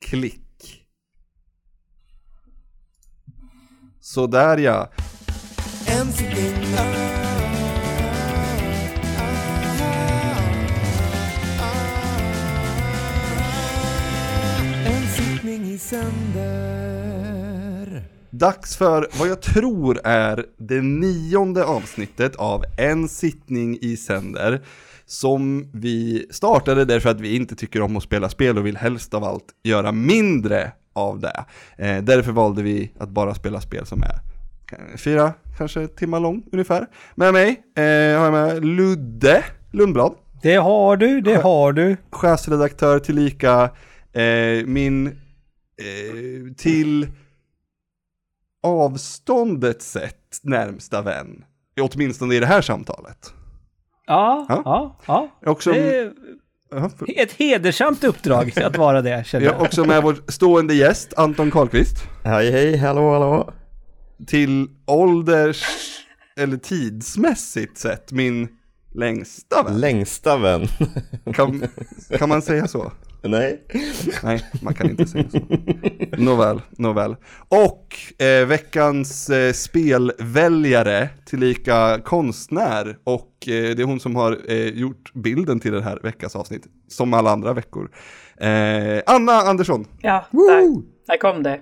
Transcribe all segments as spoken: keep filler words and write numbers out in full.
klick. Så där ja. En sittning. En sittning i sänder. Dags för vad jag tror är det nionde avsnittet av En sittning i sänder, som vi startade därför att vi inte tycker om att spela spel och vill helst av allt göra mindre av det. Eh, därför valde vi att bara spela spel som är fyra, kanske timmar lång ungefär. Med mig eh, har jag med Ludde Lundblad. Det har du, det har du. Chefsredaktör tillika eh, min eh, till avståndet sett närmsta vän. Åtminstone i det här samtalet. Ja, ja, ja. ja. Också, det är ett hedersamt uppdrag att vara det, känner jag. jag. Också med vår stående gäst, Anton Karlqvist. Hej, hej, hallå, hallå. Till ålders, eller tidsmässigt sett, min längsta vän. Längsta vän. Kan, kan man säga så? Nej. Nej, man kan inte säga så. Nåväl, nåväl. Och eh, veckans eh, spelväljare, tillika konstnär. Och eh, det är hon som har eh, gjort bilden till den här veckans avsnitt, som alla andra veckor. Eh, Anna Andersson. Ja, där, där kom det.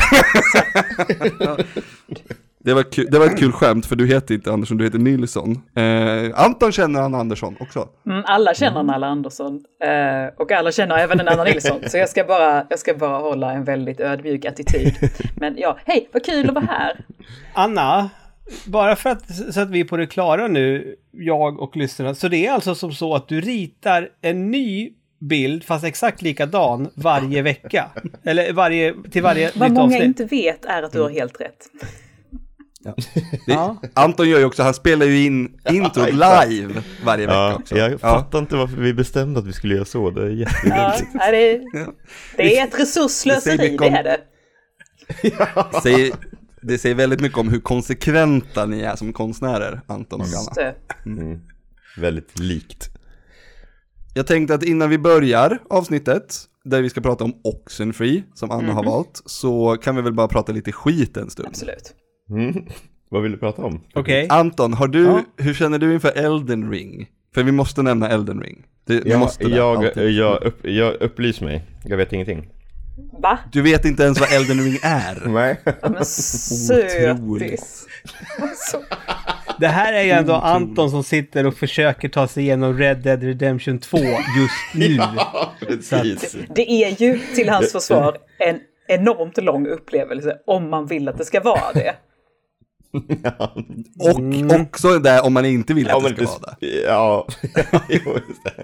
Ja. Det var, kul, det var ett kul skämt, för du heter inte Andersson, du heter Nilsson. Eh, Anton känner Anna Andersson också. Mm, alla känner en Anna Andersson. Eh, och alla känner även en Anna Nilsson. Så jag ska, bara, jag ska bara hålla en väldigt ödmjuk attityd. Men ja, hej, vad kul att vara här. Anna, bara för att, så att vi är på det klara nu, jag och lyssnarna. Så det är alltså som så att du ritar en ny bild, fast exakt likadan, varje vecka. Eller varje, till varje Vad nytt många avsnitt. inte vet är att du har helt rätt. Ja. Det, Anton gör ju också, han spelar ju in intro live varje vecka Ja, också. jag fattar inte varför vi bestämde att vi skulle göra så. Det är jätteroligt. Ja, det, det är ett resursslöseri, det, det är det. Ja. Säger, det säger väldigt mycket om hur konsekventa ni är som konstnärer, Anton och Anna. Mm. Väldigt likt. Jag tänkte att innan vi börjar avsnittet, där vi ska prata om Oxenfree, som Anna mm-hmm. har valt, så kan vi väl bara prata lite skit en stund. Absolut. Mm. Vad vill du prata om? Okay. Anton, har du, ja. hur känner du inför Elden Ring? För vi måste nämna Elden Ring. Det, ja, måste jag, jag, jag, upp, jag upplys mig. Jag vet ingenting. Va? Du vet inte ens vad Elden Ring är? Nej. Ja, men sötis. Det här är ju ändå Anton som sitter och försöker ta sig igenom Red Dead Redemption två just nu. Ja, precis. Det, det är ju till hans försvar en enormt lång upplevelse om man vill att det ska vara det. Ja. Och mm. också där om man inte vill att ja, det ska vara det. Ja, jo, just det.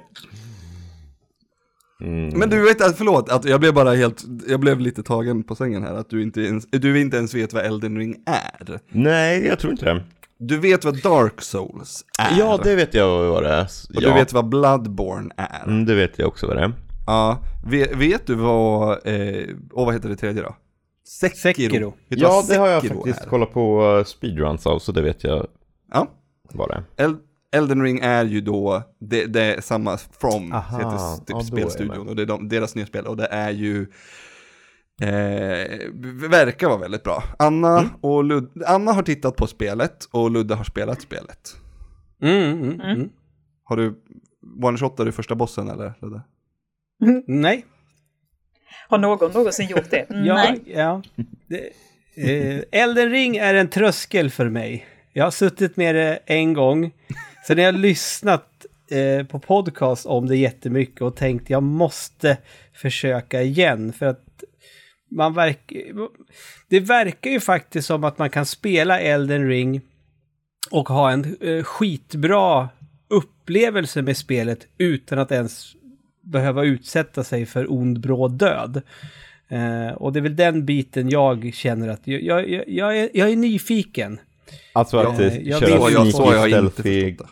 Mm. Men du vet att, förlåt, att jag blev bara helt, jag blev lite tagen på sängen här, att du inte ens, du inte ens vet vad Elden Ring är. Nej, jag tror inte det. Du vet vad Dark Souls är. Ja, det vet jag vad det är. Och ja. du vet vad Bloodborne är. Mm, det vet jag också vad det är. Ja, vet, vet du vad, eh, och vad heter det tredje då? Sekiro. Sekiro. Ja, det har jag faktiskt är. kollat på uh, speedruns av, så det vet jag ja. vad det är. El- Elden Ring är ju då, det, det är samma From, Aha, heter typ ja, spelstudion, och det är de, deras nya spel, och det är ju eh, verkar vara väldigt bra. Anna mm. och Lud- Anna har tittat på spelet, och Ludde har spelat spelet. Mm, mm, mm. Har du one-shotat du första bossen, eller Ludde? Mm. Nej. Har någon någonsin gjort det? ja, Nej. Ja. Det, eh, Elden Ring är en tröskel för mig. Jag har suttit med det en gång. Sen har jag lyssnat eh, på podcast om det jättemycket och tänkt jag måste försöka igen. För att man verkar... Det verkar ju faktiskt som att man kan spela Elden Ring och ha en eh, skitbra upplevelse med spelet utan att ens behöva utsätta sig för ond bråd död. Eh, och det är väl den biten jag känner att jag, jag, jag, är, jag är nyfiken. Alltså att ja, jag köra så, jag, så har jag inte förstått det.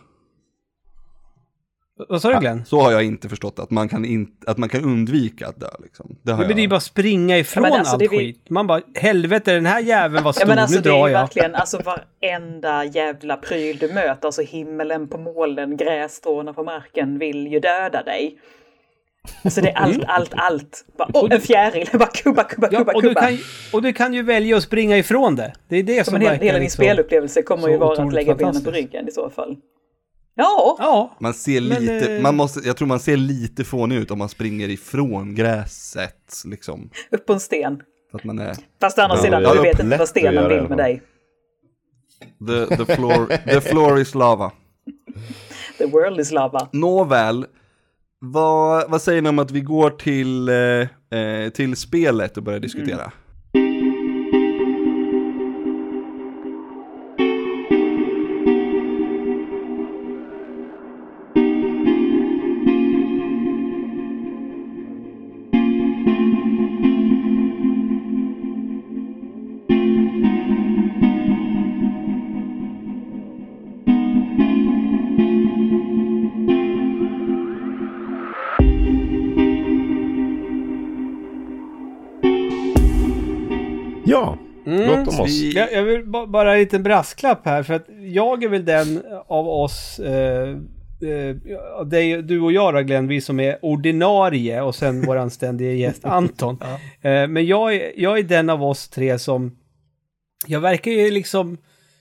Vad sa du, Glenn? Så har jag inte förstått att man kan, in, att man kan undvika att dö. Liksom. Det har men jag... det är bara springa ifrån ja, alltså, allt vi... skit. Man bara, helvete, den här jäveln var stor, ja, men alltså, nu drar jag. Det är verkligen, alltså varenda jävla pryl du möter, alltså himmelen på molnen, grässtråna på marken vill ju döda dig. Alltså det är allt, allt, allt. Bara, oh, en fjäril, bara kubba, kubba, Ja, kubba, och, du kubba. kan, och du kan ju välja att springa ifrån det. Det är det Ja, som men hela, verkar hela din liksom spelupplevelse kommer ju så vara att otroligt lägga benen på fantastiskt. ryggen i så fall. Ja, Ja, Man ser Men, lite, eh, man måste, jag tror man ser lite fånig ut om man springer ifrån gräset liksom. upp på en sten. För att man är Fast å andra Ja, sidan, det är du vet inte lätt vad att stenen göra i vill alla med fall. dig. the, the, floor, the floor is lava. The world is lava. Nåväl, vad, vad säger ni om att vi går till, eh, eh, till spelet och börjar diskutera? Mm. Ja, Mm. låt om oss. Vi- jag, jag vill ba- bara en liten brasklapp här. För att jag är väl den av oss, eh, eh, ja, dig, du och jag då, Glenn, vi som är ordinarie och sen vår anständiga gäst Anton. Eh, men jag är, jag är den av oss tre som, jag verkar ju liksom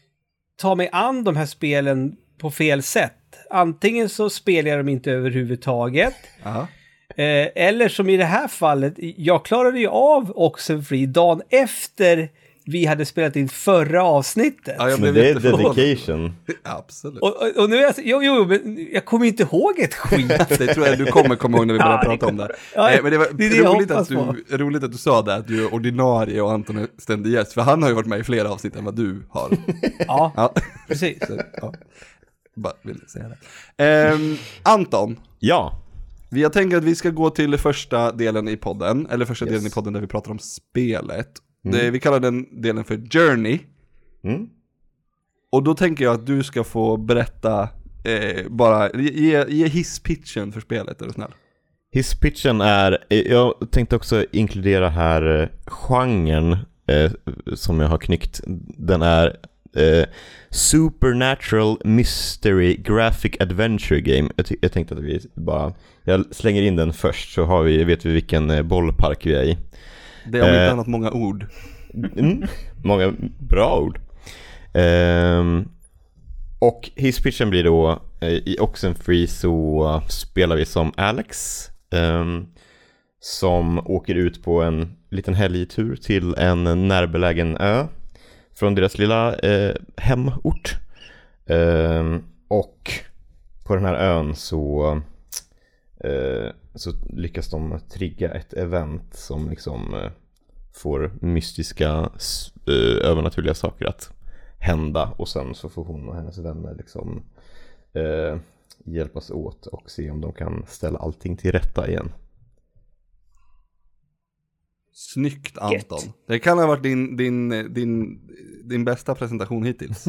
ta mig an de här spelen på fel sätt. Antingen så spelar jag dem inte överhuvudtaget. Aha. Eh, eller som i det här fallet, jag klarade ju av Oxenfree dagen efter vi hade spelat in förra avsnittet. Ja, jag Men blev det är lite förvånad. dedication. Absolut. Och, och, och nu är jag, jo, jo, men jag kommer inte ihåg ett skit. Det tror jag du kommer komma ihåg när vi börjar Ja, det prata om kommer det. Ja, Nej, men det var det är det jag roligt, att hoppas du, roligt att du sa det, att du är ordinarie och Anton är ständig gäst. För han har ju varit med i fler avsnitt än vad du har. Ja, Ja, precis. så, ja. Bara vill säga det. Ehm, Anton, Ja, vi jag tänker att vi ska gå till första delen i podden, eller första Yes. delen i podden där vi pratar om spelet. Mm. Det, vi kallar den delen för Journey. mm. Och då tänker jag att du ska få berätta, eh, bara ge, ge hisspitchen för spelet, är du snäll? Hisspitchen är, jag tänkte också inkludera här eh, genren eh, som jag har knyckt. Den är eh, Supernatural Mystery Graphic Adventure Game. Jag, ty- jag tänkte att vi bara, jag slänger in den först så har vi, vet vi vilken eh, bollpark vi är i. Det är om inte Eh. annat många ord. Mm, många bra ord. Ehm, och hisspitchen blir då eh, i Oxenfree så uh, spelar vi som Alex ehm, som åker ut på en liten helgtur till en närbelägen ö från deras lilla eh, hemort. Ehm, och på den här ön så eh, så lyckas de trigga ett event som liksom eh, får mystiska eh, övernaturliga saker att hända, och sen så får hon och hennes vänner liksom eh, hjälpas åt och se om de kan ställa allting till rätta igen. Snyggt, Anton. Det kan ha varit din, din, din, din bästa presentation hittills.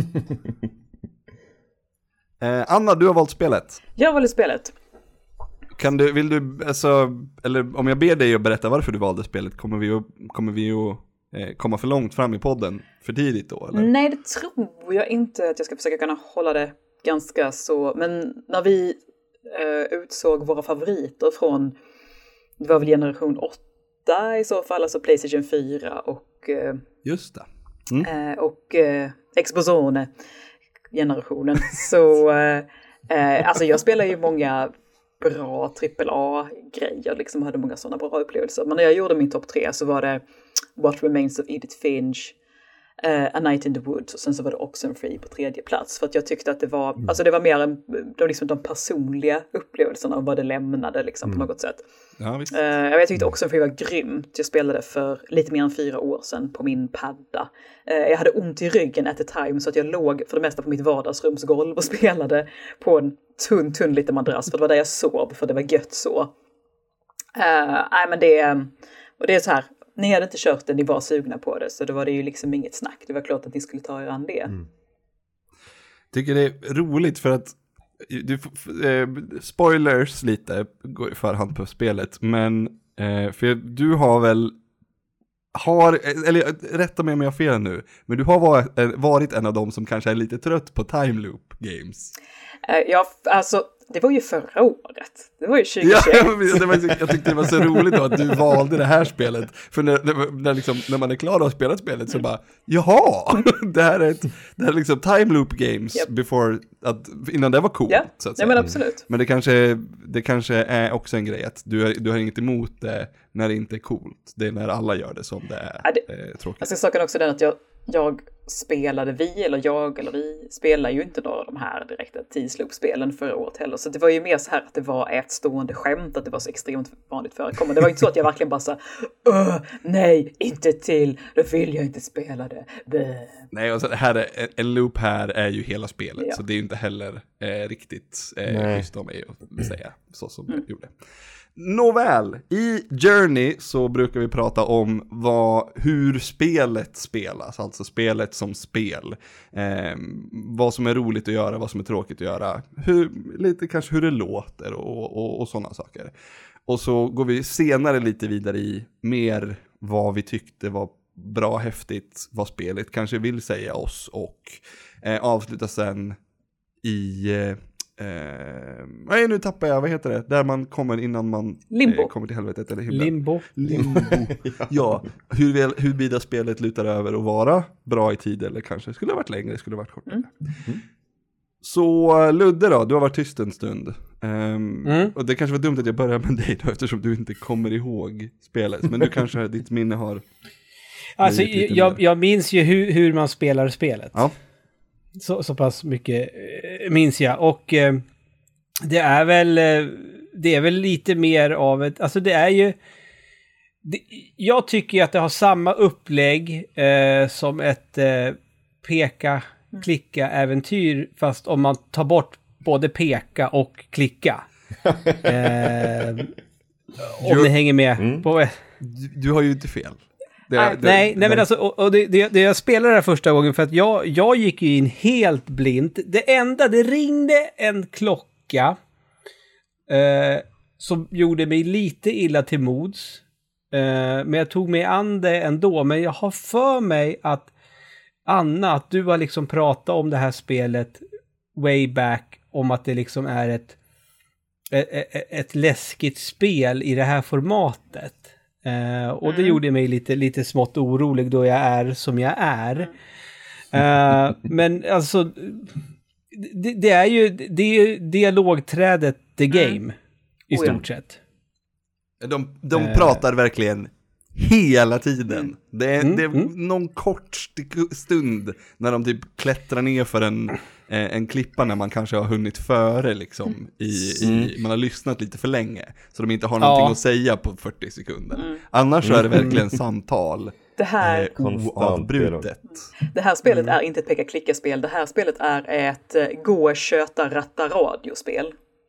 eh, Anna, du har valt spelet. Jag valde spelet. Kan du, vill du, alltså, eller om jag ber dig att berätta varför du valde spelet, kommer vi att, kommer vi att eh, komma för långt fram i podden för tidigt då, eller? Nej, det tror jag inte att jag ska försöka kunna hålla det ganska så. Men när vi eh, utsåg våra favoriter från, det var väl generation åtta i så fall, alltså PlayStation fyra och, eh, Just det. Mm. eh, och eh, Xboxone-generationen. Så eh, eh, alltså jag spelar ju många bra trippel A-grejer, liksom hade många sådana bra upplevelser. Men när jag gjorde min topp tre så var det What Remains of Edith Finch, uh, A Night in the Woods, och sen så var det Oxenfree på tredje plats. För att jag tyckte att det var, mm. alltså det var mer en, de, liksom de personliga upplevelserna av vad det lämnade liksom, mm. på något sätt. Ja, visst. Uh, jag tyckte Oxenfree var grymt. Jag spelade för lite mer än fyra år sedan på min padda. Uh, jag hade ont i ryggen at the time, så att jag låg för det mesta på mitt vardagsrumsgolv och spelade på en tunn, tunn liten madrass, för det var där jag sov, för det var gött så. Uh, nej men det, och det är så här, ni hade inte kört det, ni var sugna på det, så då var det ju liksom inget snack. Det var klart att ni skulle ta er an det. Mm. Tycker det är roligt för att du, eh, spoilers lite går i förhand på spelet, men eh, för du har väl har, eller rätta mig om jag har fel nu, men du har varit, varit en av dem som kanske är lite trött på time loop games. Uh, ja, alltså det var ju förra året. Det var ju tjugo Ja, tjugoett. det var, jag tyckte det var så roligt då att du valde det här spelet. För när, när, när, liksom, när man är klar att spela spelet så bara, jaha, det här är ett, det här är liksom time loop games Yep. before, att, innan det var coolt. Ja, Så att ja säga. men absolut. Men det kanske, det kanske är också en grej att du, är, du har inget emot det när det inte är coolt. Det är när alla gör det som det är Ja, det- eh, tråkigt. Alltså saken är också den att jag, jag spelade, vi eller jag eller vi spelar ju inte några av de här direkta tidsloop-spelen förra året heller. Så det var ju mer så här att det var ett stående skämt, att det var så extremt vanligt förekommande. Det var ju inte så att jag verkligen bara så Åh, nej, inte till, då vill jag inte spela det. Bäh. Nej, och så det här är, en loop här är ju hela spelet, Ja. så det är ju inte heller eh, riktigt eh, Nej. schysst av mig att säga så som jag gjorde. Nåväl, i Journey så brukar vi prata om vad, hur spelet spelas, alltså spelet som spel. Eh, vad som är roligt att göra, vad som är tråkigt att göra, hur, lite kanske hur det låter och, och, och sådana saker. Och så går vi senare lite vidare i mer vad vi tyckte var bra, häftigt, vad spelet kanske vill säga oss och eh, avsluta sen i... Eh, Eh, nej, nu tappar jag, vad heter det? Där man kommer innan man Limbo. eh, kommer till helvetet eller himlen. Limbo. Limbo. Ja, hur, väl, hur vida spelet lutar över att vara bra i tid eller kanske skulle ha varit längre, skulle ha varit kortare. Mm. Så Ludde då, du har varit tyst en stund. Ehm, Mm. Och det kanske var dumt att jag börjar med dig då, eftersom du inte kommer ihåg spelet. Men du kanske, ditt minne har... Alltså, blivit lite jag, mer. jag minns ju hur, hur man spelar spelet. Ja. Så, så pass mycket eh, minns jag. Och eh, det är väl eh, det är väl lite mer av ett, alltså det är ju det, jag tycker ju att det har samma upplägg eh, som ett eh, peka klicka äventyr, fast om man tar bort både peka och klicka. eh, om Jo. ni hänger med Mm. på Du, du har ju inte fel. Det, Nej, det, nej, nej men det- alltså, och, och det, det, det jag spelade där första gången för att jag, jag gick ju in helt blint. Det enda, det ringde en klocka eh, som gjorde mig lite illa till mods. Eh, men jag tog mig an det ändå. Men jag har för mig att Anna, att du har liksom pratat om det här spelet way back, om att det liksom är ett, ett, ett, ett läskigt spel i det här formatet. Uh, och det Mm. gjorde mig lite, lite smått orolig då jag är som jag är. Uh, men alltså, det, det är ju det är ju dialogträdet the game Mm. i Oh ja. stort sett. De, de Eh. pratar verkligen hela tiden. Mm. Det är, Mm, det är mm. någon kort st- stund när de typ klättrar ner för en, eh, en klippa när man kanske har hunnit före liksom. I, i, man har lyssnat lite för länge. Så de inte har någonting Ja. att säga på fyrtio sekunder. Mm. Annars så är det verkligen samtal. Det här, Eh, Konstant oavbrutet. det här spelet är inte ett peka-klicka-spel. Det här spelet är ett eh, gå, köta, ratta radiospel.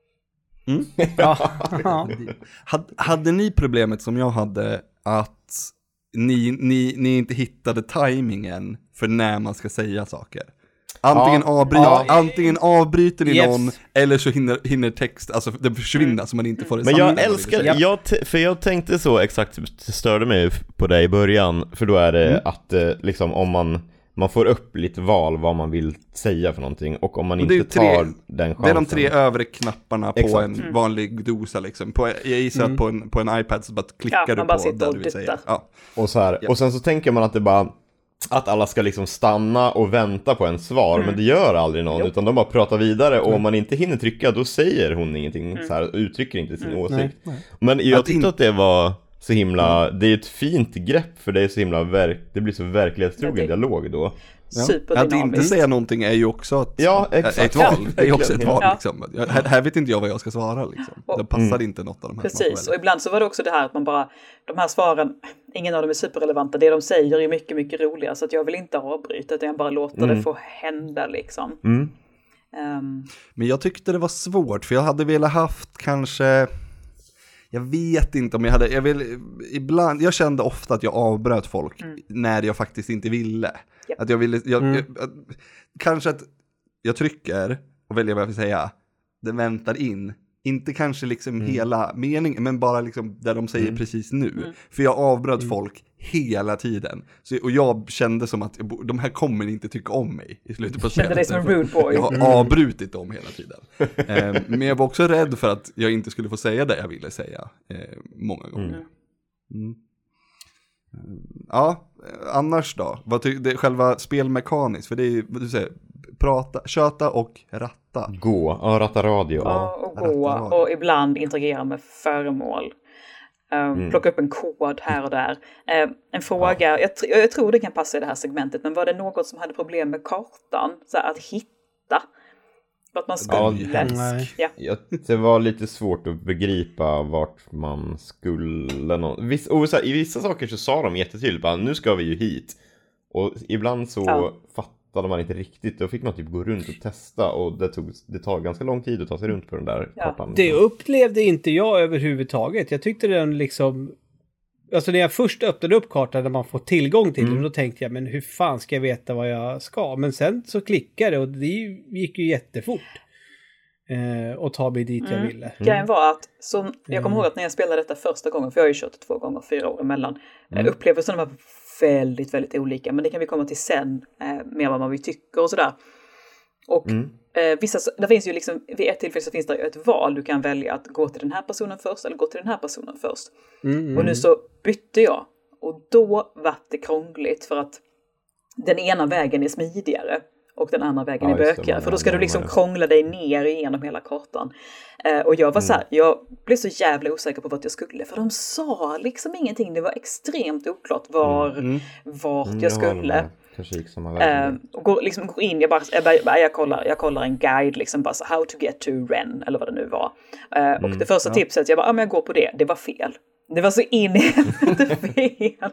Ja. Ja. Had, hade ni problemet som jag hade att ni, ni, ni inte hittade tajmingen för när man ska säga saker? Antingen, Ja. avbry- Ja. antingen avbryter ni Yes. någon eller så hinner, hinner text, alltså den försvinna så man inte får det Men sanningen jag vad det vill älskar, säga. jag t- för jag tänkte så exakt, det störde mig på det i början, för då är det Mm. att eh, liksom om man, man får upp lite val vad man vill säga för någonting, och om man Och det är inte tre- tar den chansen. Det är de tre övre knapparna på Exakt. en vanlig dosa liksom. På, jag gissar Mm. att på en, på en iPad så bara klickar Ja, du man bara på sitter där och du vill säga. duttar. Ja. Och, så här, Ja. och sen så tänker man att det bara, att alla ska liksom stanna och vänta på en svar, men det gör aldrig någon, Jo. utan de bara pratar vidare, och om man inte hinner trycka, då säger hon ingenting, så här, uttrycker inte sin åsikt. Nej. Men jag Att tyckte in- att det var så himla, det är ett fint grepp, för det är så himla verk, det blir så verklighetstrogen Ja, det- dialog då. Ja. Att inte Superdynamiskt. säga någonting är ju också ett, Ja, exakt. ett val. Ja, Det är också ett verkligen. val Ja. liksom. Jag, här, här vet inte jag vad jag ska svara liksom. Det passar Mm. inte något av de här som man Precis, får och ibland så var det också det här att man bara, de här svaren, ingen av dem är superrelevanta, det de säger är mycket, mycket roligare, så att jag vill inte avbryta, utan jag bara låter Mm. det få hända liksom. Mm. Ehm, Men jag tyckte det var svårt, för jag hade velat haft kanske, jag vet inte om jag hade, jag vill, ibland, jag kände ofta att jag avbröt folk Mm. när jag faktiskt inte ville. Japp. Att jag ville, jag, Mm. jag, att, kanske att jag trycker och väljer vad jag vill säga, det väntar in. Inte kanske liksom hela meningen, men bara liksom där de säger Mm. precis nu. Mm. För jag avbröt folk hela tiden. Så, och jag kände som att de här kommer inte tycka om mig i slutet på spelet. Kände dig som en rude boy. Jag har avbrutit dem hela tiden. eh, men jag var också rädd för att jag inte skulle få säga det jag ville säga eh, många gånger. Mm. Ja, annars då? Vad ty- det är själva spelmekaniskt, för det är ju, vad du säger, prata, köta och ratta. Gå, ja, ratta radio. Ja, och ratta gå radio. och ibland interagera med föremål. Uh, Mm. Plocka upp en kod här och där. Uh, en fråga, jag, tr- jag tror det kan passa i det här segmentet, men var det något som hade problem med kartan? Så här, att hitta? Att man Ja, skulle... nej. Ja. Ja, det var lite svårt att begripa vart man skulle nå- Viss, och så här, i vissa saker så sa de jättetydligt bara, nu ska vi ju hit. Och ibland så Ja. fattade man inte riktigt. Då fick man typ gå runt och testa. Och det, tog, det tar ganska lång tid att ta sig runt på den där Ja. kartan. Det upplevde inte jag överhuvudtaget. Jag tyckte den liksom... Alltså när jag först öppnade upp kartan när man får tillgång till Mm. den, då tänkte jag, men hur fan ska jag veta vad jag ska? Men sen så klickade det och det gick ju jättefort. Eh, och ta mig dit jag Mm. ville. Grejen var att, som, jag kommer Mm. ihåg att när jag spelade detta första gången, för jag har ju kört det två gånger, fyra år emellan, Mm. mm. upplevelserna var väldigt, väldigt olika, men det kan vi komma till sen, eh, mer vad man vill tycker och sådär. Och Mm. eh, vissa, det finns ju liksom, vid ett tillfälle så finns det ett val, du kan välja att gå till den här personen först eller gå till den här personen först. Mm. Och nu så bytte jag, och då var det krångligt för att den ena vägen är smidigare och den andra vägen Ja, är just det, bökigare. man För då ska är du liksom närmare. krångla dig ner igenom hela kartan. Eh, och jag var så här, jag blev så jävla osäker på vart jag skulle. För de sa liksom ingenting. Det var extremt oklart var, Mm. vart Mm, jag håller skulle. med. Kanske gick samma väg. Eh, och går, liksom går in, jag bara, jag, bara, jag, kollar, jag kollar en guide, liksom bara så, how to get to Ren, eller vad det nu var. Eh, och det första ja. tipset, jag bara, ja men jag går på det, det var fel. Det var så in i helvete fel.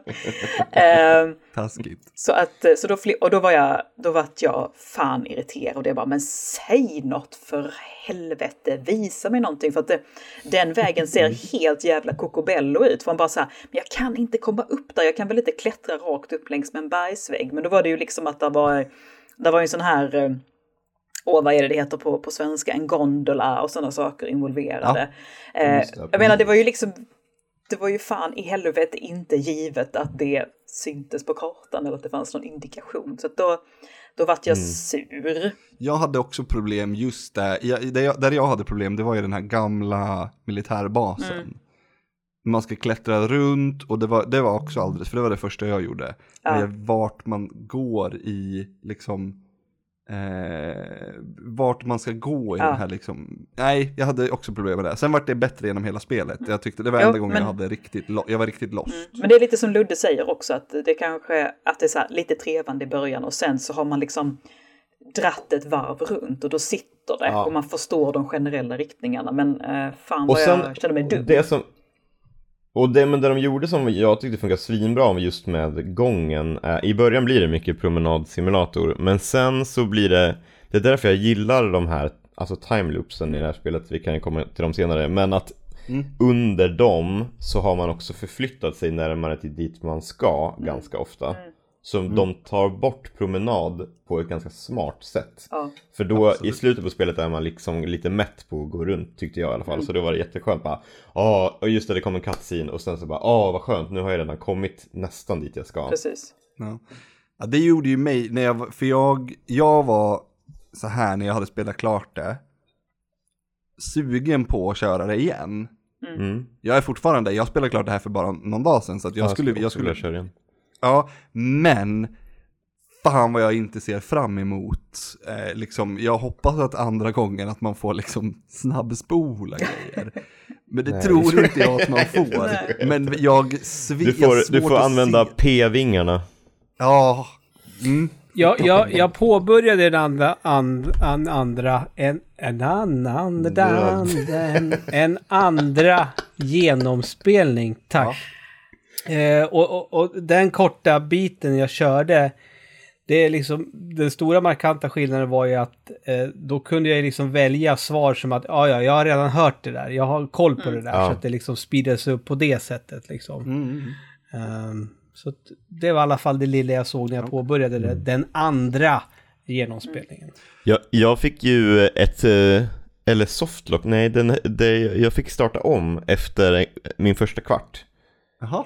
Eh, Taskigt. så att, så då, fli- och då var jag, då var jag fan irriterad och det bara, men säg något för helvete, visa mig någonting, för att det, den vägen ser helt jävla kokobello ut, för man bara så här, men jag kan inte komma upp där, jag kan väl inte klättra rakt upp längs med en bergsvägg, men då var det ju liksom att det var, det var en sån här, eh, åh vad är det det heter på, på svenska, en gondola och sådana saker involverade. Ja, eh, just det, jag menar, det var ju liksom, det var ju fan i helvete inte givet att det syntes på kartan eller att det fanns någon indikation. Så att då, då vart jag Mm. sur. Jag hade också problem just där. Jag, där, jag, där jag hade problem, det var ju den här gamla militärbasen. Mm. Man ska klättra runt och det var, det var också alldeles, för det var det första jag gjorde. Ja. Med vart man går i, liksom, eh, vart man ska gå i Ja. den här liksom. Nej, jag hade också problem med det. Sen var det bättre genom hela spelet. Jag tyckte det var Jo, enda gången men- jag hade riktigt, lo- jag var riktigt lost. Mm. Men det är lite som Ludde säger också, att det kanske att det är så här lite trevande i början och sen så har man liksom dratt ett varv runt och då sitter det Ja. och man förstår de generella riktningarna. Men eh, fan Och vad sen, jag känner mig dum. det som, och det, men det de gjorde som jag tyckte funkar svinbra med just med gången, är, i början blir det mycket promenadsimulator, men sen så blir det, det är därför jag gillar de här, alltså timeloopsen i det här spelet, vi kan ju komma till dem senare, men att Mm. under dem så har man också förflyttat sig närmare till dit man ska Mm. ganska ofta. Så de tar bort promenad på ett ganska smart sätt. Ja. För då Absolut. i slutet på spelet är man liksom lite mätt på att gå runt, tyckte jag i alla fall. Så då var det jätteskönt bara, ja, och just det, det kom en cutscene och sen så bara, ja, vad skönt, nu har jag redan kommit nästan dit jag ska. Precis. Ja. Ja, det gjorde ju mig, när jag, var- för jag, jag var så här när jag hade spelat klart det, sugen på att köra det igen. Mm. Jag är fortfarande, jag spelade klart det här för bara någon dag sedan, så att jag Ja, skulle, jag också skulle, vilja köra igen. ja, men fan vad jag inte ser fram emot, eh, liksom, jag hoppas att andra gången att man får liksom snabbspola grejer. Men det Nej, tror det tror inte jag att man får. Men jag svi- Du jag har får, du svårt får att använda se. P-vingarna. Ja, mm. Jag, jag, jag påbörjade en andra, and, an, andra, en, en annan, en, en andra genomspelning, tack. Eh, och, och, och den korta biten jag körde, det är liksom, den stora markanta skillnaden var ju att eh, då kunde jag liksom välja svar som att, ja, ja, jag har redan hört det där, jag har koll på det där, Ja. så att det liksom speedas upp på det sättet liksom. Mm. Ehm, så att det var i alla fall det lilla jag såg när jag påbörjade det, den andra genomspelningen. Jag, jag fick ju ett, eh, eller softlock, nej, den, det, jag fick starta om efter min första kvart. Jaha. Okej.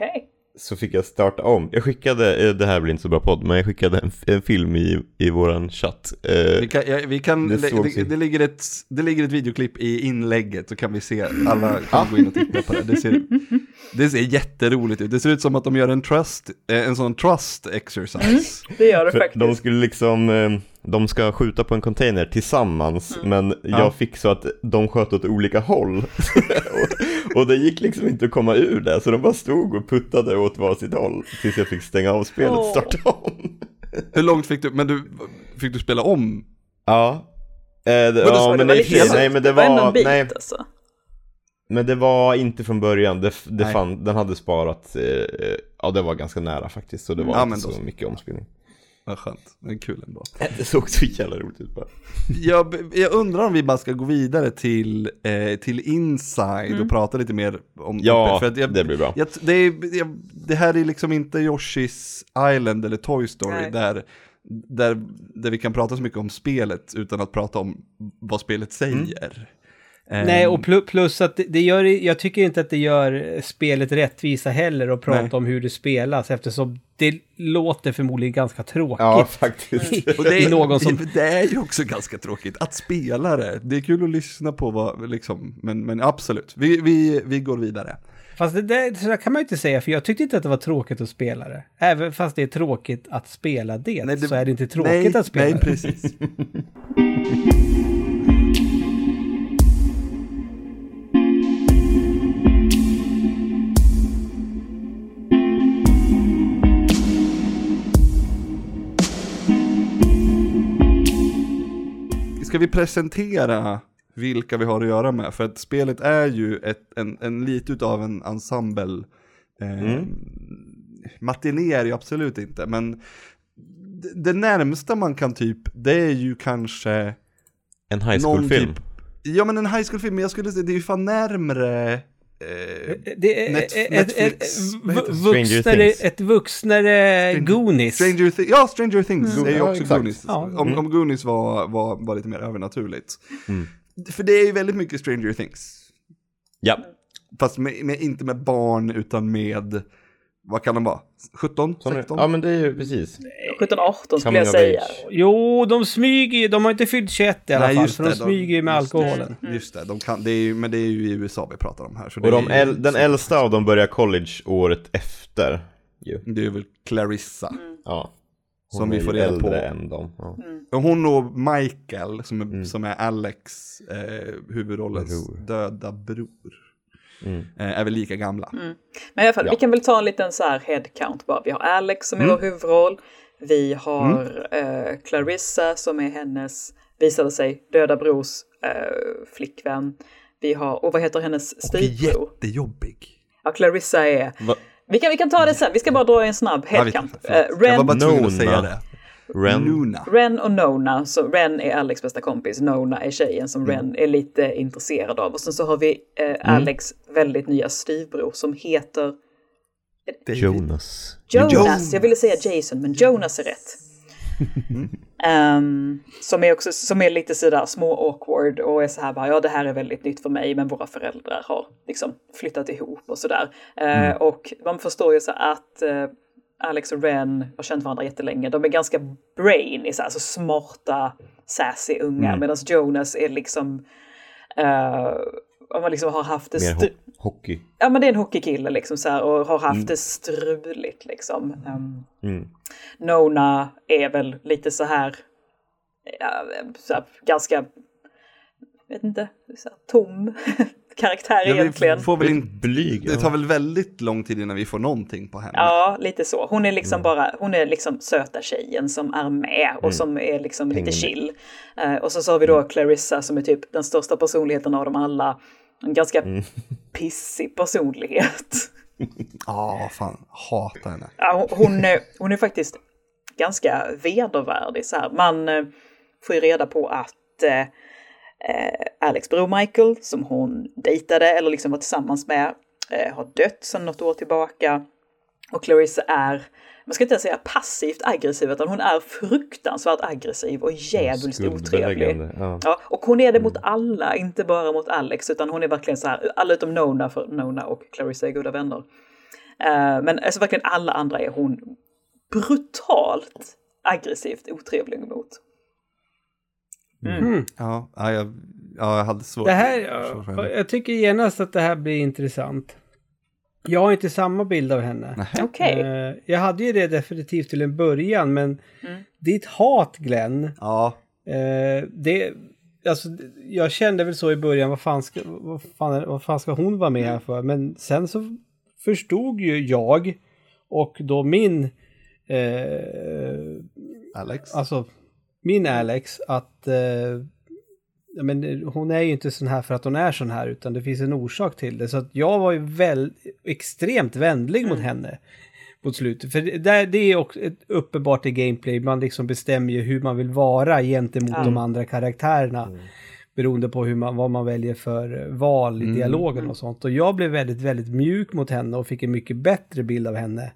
så fick jag starta om. Jag skickade, det här blir inte så bra podd, men jag skickade en, en film i, i våran chatt. Vi kan, ja, vi kan, det, det, det, det, ligger ett, det ligger ett videoklipp i inlägget, så kan vi se, alla kan gå in och titta på det. Det ser, det ser jätteroligt ut. Det ser ut som att de gör en trust, en sån trust exercise. Mm, det gör det För faktiskt. De skulle liksom, de ska skjuta på en container tillsammans, mm. men jag ja. fick så att de sköt åt olika håll. och, och det gick liksom inte att komma ur det, så de bara stod och puttade åt varsitt håll tills jag fick stänga av spelet och starta om. Hur långt fick du, men du, fick du spela om? Ja. Eh, det, men ja, men nej, nej, nej, men det var, var, bit, nej. Alltså. Men det var inte från början, det, det fann, den hade sparat, eh, ja det var ganska nära faktiskt, så det var ja, inte så då. mycket omspelning. Vad skönt, det är kul ändå. Det såg så jävla roligt ut bara. jag, jag undrar om vi bara ska gå vidare till, eh, till Inside mm. och prata lite mer om ja, för att jag, det blir bra. Jag, det, är, jag, det här är liksom inte Yoshi's Island eller Toy Story där, där, där vi kan prata så mycket om spelet utan att prata om vad spelet säger. Mm. Nej, och plus att det, det gör, jag tycker inte att det gör spelet rättvisa heller att prata Nej. om hur det spelas, eftersom det låter förmodligen ganska tråkigt. Ja, faktiskt. Och det, är, någon som... det är ju också ganska tråkigt att spela det. Det är kul att lyssna på vad, liksom, men, men absolut, vi, vi, vi går vidare. Fast det där, så där kan man ju inte säga, för jag tyckte inte att det var tråkigt att spela det. Även fast det är tråkigt att spela det, Nej, det... så är det inte tråkigt Nej, att spela Nej, det. precis. Ska vi presentera vilka vi har att göra med? För att spelet är ju ett, en, en lite utav en ensemble. Eh, mm. Matiné är ju absolut inte, men det, det närmsta man kan typ, det är ju kanske en high school-film. Typ, ja, men en high school-film, men jag skulle säga det är ju fan närmre eh, det är Net, ett, Netflix. Ett, ett, vuxnare, ett vuxnare Stranger, Goonies. Stranger Thi- ja, Stranger Things mm. är ju ja, också exakt. Goonies. Ja. Om, om Goonies var, var, var lite mer övernaturligt. Mm. För det är ju väldigt mycket Stranger Things. Ja. Fast med, med, inte med barn utan med, vad kan de vara? sjutton, sexton? Ja, men det är ju precis. sjutton arton skulle jag säga. Jo, de smyger, de har inte fyllt tjugoett i alla Nej, fall, just för det, de smyger ju med just alkoholen. Det, just det, de kan, det är ju, men det är ju i U S A vi pratar om här. Så och de är, äl, den äldsta av dem börjar college året efter. Ju. Det är väl Clarissa. Mm. Ja. Hon som vi får reda på. Än dem. Ja. Mm. Och hon och Michael, som är, mm. som är Alex eh, huvudrollens bror. döda bror. Mm. Eh, är väl lika gamla. Mm. Men i alla fall, ja. vi kan väl ta en liten så här headcount bara. Vi har Alex som är mm. vår huvudroll. Vi har mm. eh, Clarissa som är hennes, visade sig, döda brors eh, flickvän. Vi har, och vad heter hennes styvbror? Jättejobbig. Ja, Clarissa är... Va? Vi kan, vi kan ta det sen, vi ska bara dra en snabb headcount. Ja, uh, Ren, jag var bara tvungen att säga det. Ren. Nona. Ren och Nona, så Ren är Alex bästa kompis, Nona är tjejen som mm. Ren är lite intresserad av. Och sen så har vi eh, mm. Alex väldigt nya styvbror som heter... Jonas. Jonas, Jonas, jag ville säga Jason, men Jonas är rätt. um, som, är också, som är lite sådär små awkward och är så här bara, ja det här är väldigt nytt för mig, men våra föräldrar har liksom flyttat ihop och sådär. Uh, mm. Och man förstår ju så att uh, Alex och Ren har känt varandra jättelänge. De är ganska brainy, så, här, så smarta, sassy unga, mm. medan Jonas är liksom... Uh, om man liksom har haft det mer stru- ho- hockey. Ja, men det är en hockeykille liksom så här, och har haft mm. det struligt liksom. Um, mm. Nona är väl lite så här, ja, så här ganska, vet inte, så här, tom karaktär ja, egentligen. Får väl in, blyg, det tar väl väldigt lång tid innan vi får någonting på henne. Ja, lite så. Hon är liksom mm. bara, hon är liksom söta tjejen som är med och mm. som är liksom lite Hänger chill. Uh, och så, så har vi då Clarissa som är typ den största personligheten av dem alla. En ganska mm. pissig personlighet. Ja, oh, fan. Hatar henne. Ja, hon, hon är faktiskt ganska vedervärdig. Så här. Man eh, får ju reda på att eh, Alex bror Michael, som hon dejtade eller liksom var tillsammans med, eh, har dött sedan något år tillbaka. Och Clarissa är, man ska inte säga passivt aggressiv, utan hon är fruktansvärt aggressiv och jävligt otrevlig. Ja. Ja, och hon är det mot alla, inte bara mot Alex, utan hon är verkligen så här, alla utom Nona, för Nona och Clarissa är goda vänner. Uh, men alltså verkligen alla andra är hon brutalt aggressivt otrevlig mot. Mm. Mm. Ja, ja, jag, ja, jag hade svårt. Det här, ja, jag tycker genast att det här blir intressant. Jag har inte samma bild av henne. Okej. Okay. Uh, jag hade ju det definitivt till en början, men mm. ditt hat, Glenn, Ja. uh, det, alltså, jag kände väl så i början, vad fan ska, vad fan, vad fan ska hon vara med här för? Men sen så förstod ju jag och då min uh, Alex. alltså min Alex att uh, ja, men hon är ju inte sån här för att hon är sån här, utan det finns en orsak till det. Så att jag var ju väl extremt vänlig mm. mot henne på slutet. För det, det är också ett uppenbart i gameplay. Man liksom bestämmer ju hur man vill vara gentemot mm. de andra karaktärerna. Mm. Beroende på hur man, vad man väljer för val i mm. dialogen och sånt. Och jag blev väldigt, väldigt mjuk mot henne och fick en mycket bättre bild av henne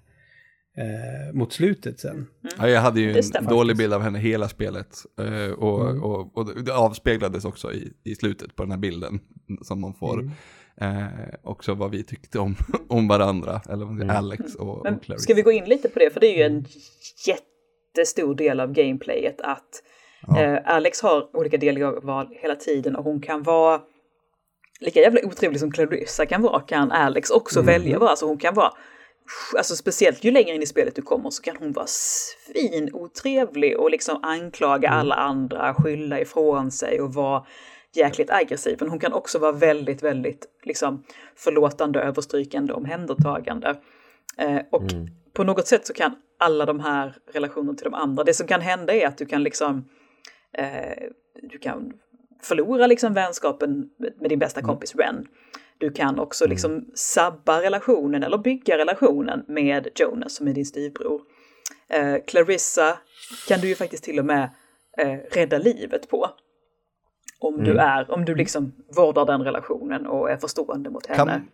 Eh, mot slutet sen. Mm. Ja, jag hade ju en dålig bild av henne hela spelet eh, och, mm. och, och det avspeglades också i, i slutet på den här bilden som man får mm. eh, också vad vi tyckte om, om varandra eller om mm. Alex och, Men och Clarice. Ska vi gå in lite på det, för det är ju en jättestor del av gameplayet att ja. eh, Alex har olika delval hela tiden och hon kan vara lika jävla otrevlig som Clarissa kan vara, kan Alex också mm. välja vara, alltså hon kan vara alltså speciellt ju längre in i spelet du kommer så kan hon vara svin otrevlig och liksom anklaga mm. alla andra, skylla ifrån sig och vara jäkligt aggressiv. Men hon kan också vara väldigt, väldigt liksom förlåtande, överstrykande, omhändertagande. Eh, och mm. på något sätt så kan alla de här relationerna till de andra, det som kan hända är att du kan liksom eh, du kan förlora liksom vänskapen med din bästa kompis mm. Ren. Du kan också mm. liksom sabba relationen eller bygga relationen med Jonas som är din styvbror. Eh, Clarissa kan du ju faktiskt till och med eh, rädda livet på. Om mm. du är, om du liksom vårdar den relationen och är förstående mot henne. Kan,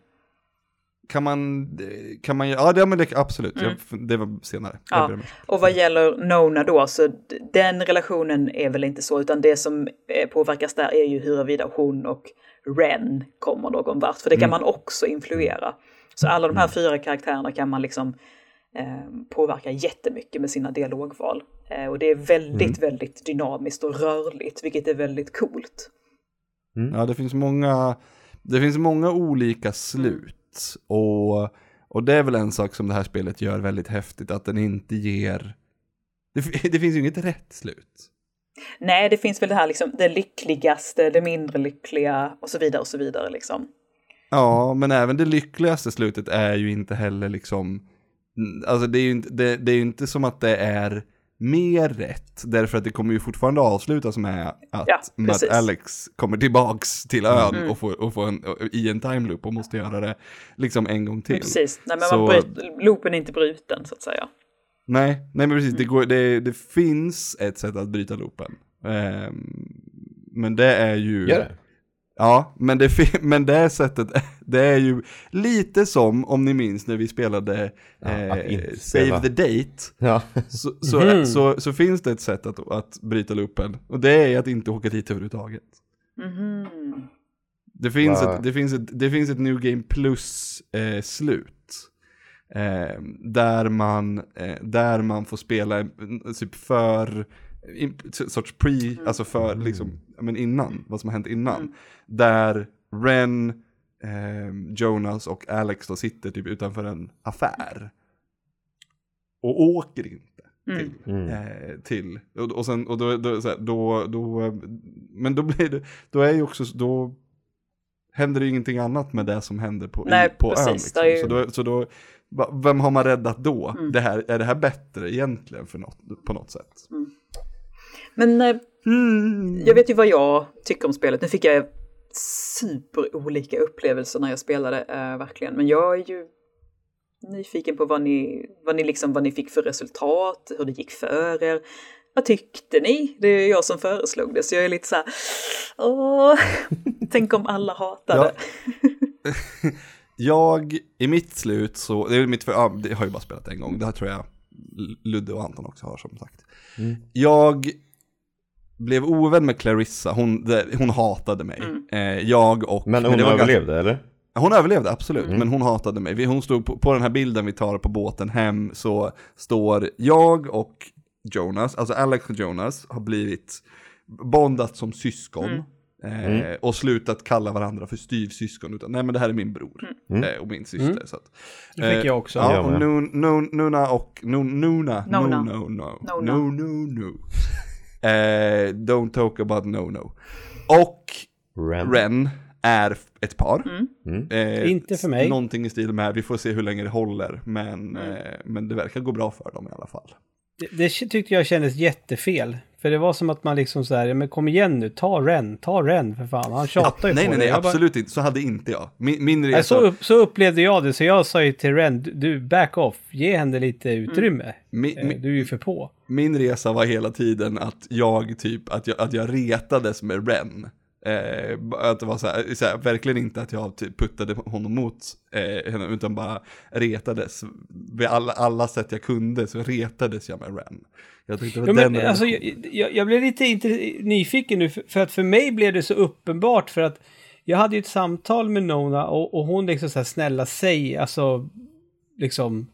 kan man, kan man, ja det, men det absolut, mm. jag, det var senare. Ja. Och vad gäller Nona då, så den relationen är väl inte så, utan det som påverkas där är ju huruvida hon och Ren kommer någon vart, för det kan mm. man också influera. Så alla de här mm. fyra karaktärerna kan man liksom eh, påverka jättemycket med sina dialogval. Eh, och det är väldigt, mm. väldigt dynamiskt och rörligt, vilket är väldigt coolt. Mm. Ja, det finns många, det finns många olika slut. Och, och det är väl en sak som det här spelet gör väldigt häftigt, att den inte ger, det, det finns ju inget rätt slut. Nej, det finns väl det här liksom, det lyckligaste, det mindre lyckliga och så vidare och så vidare liksom. Ja, men även det lyckligaste slutet är ju inte heller liksom, alltså det är ju inte, det, det är ju inte som att det är mer rätt, därför att det kommer ju fortfarande avslutas med att, ja, med att Alex kommer tillbaks till ön mm. och får, och får en, i en time loop och måste göra det liksom en gång till. Precis, nej men så, man bryter, loopen är inte bruten så att säga. Nej, nej men precis, det, går, det, det finns ett sätt att bryta loopen. Um, men det är ju... Gör det? Ja, men det, men det sättet, det är ju lite som, om ni minns när vi spelade ja, eh, Save the Date, ja. så, så, mm. så, så, så finns det ett sätt att, att bryta loopen, och det är att inte åka dit överhuvudtaget. Mm. Det, finns ett, det, finns ett, det finns ett New Game Plus eh, slut. Eh, där, man, eh, där man får spela typ för in, sorts pre, mm. alltså för liksom, men innan, vad som har hänt innan. Mm. Där Ren, eh, Jonas och Alex då sitter typ utanför en affär. Och åker inte till. Mm. Eh, till. Och, och sen, och då, då, så här, då, då, men då blir det, då är ju också, då händer det ju ingenting annat med det som händer på, Nej, i, på precis, ön. Liksom. ju... Så då, så då vem har man räddat då? Mm. Det här, är det här bättre egentligen för något, på något sätt? Mm. Men eh, mm. jag vet ju vad jag tycker om spelet. Nu fick jag super olika upplevelser när jag spelade, eh, verkligen. Men jag är ju nyfiken på vad ni, vad ni liksom, vad ni fick för resultat, hur det gick för er. Vad tyckte ni? Det är jag som föreslog det, så jag är lite så här, åh, tänk om alla hatade. Ja. Jag, i mitt slut så, det är mitt för, ja, det har jag bara spelat en gång, det här tror jag Ludde och Anton också har som sagt. Mm. Jag blev ovän med Clarissa, hon, det, hon hatade mig. Mm. Eh, jag och... Men hon men det var överlevde, ganska, eller? Hon överlevde, absolut, Mm. men hon hatade mig. Hon stod på, på den här bilden vi tar på båten hem, så står jag och Jonas, alltså Alex och Jonas, har blivit bondat som syskon. Mm. Eh, Mm. och slutat kalla varandra för styvsyskon, utan nej men det här är min bror Mm. eh, och min syster. Mm. Så att, Det fick jag också. Ja, Jag och med. nun, nun, Nuna och nun, Nuna, no, Nona. no, no, no, Nona. no, no, no. Eh, don't talk about no, no. Och Ren. Ren är ett par. Mm. Mm. Eh, Inte för mig. Någonting i stil med, vi får se hur länge det håller, men, Mm. eh, men det verkar gå bra för dem i alla fall. Det, det tyckte jag kändes jättefel. För det var som att man liksom så här, ja, men kom igen nu, ta Ren, ta Ren för fan. Han tjatar ju Nej, på nej, det. nej, Jag bara- absolut inte. Så hade inte jag. Min, min Nej, resa... så, upp, så upplevde jag det, så jag sa ju till Ren, du back off, ge henne lite utrymme. Mi, Eh, mi, Du är ju för på. min resa var hela tiden att jag typ, att jag, att jag retades med Ren. Eh, att det var så här, så här, verkligen inte att jag typ puttade honom mot eh, henne, utan bara retades. Vid alla, alla sätt jag kunde så retades jag med Ren. Jag tyckte det var Ja, den men, alltså, jag, jag, jag blev lite inte nyfiken nu, för, för att för mig blev det så uppenbart, för att jag hade ju ett samtal med Nona och, och hon liksom så här, snälla säg, alltså liksom,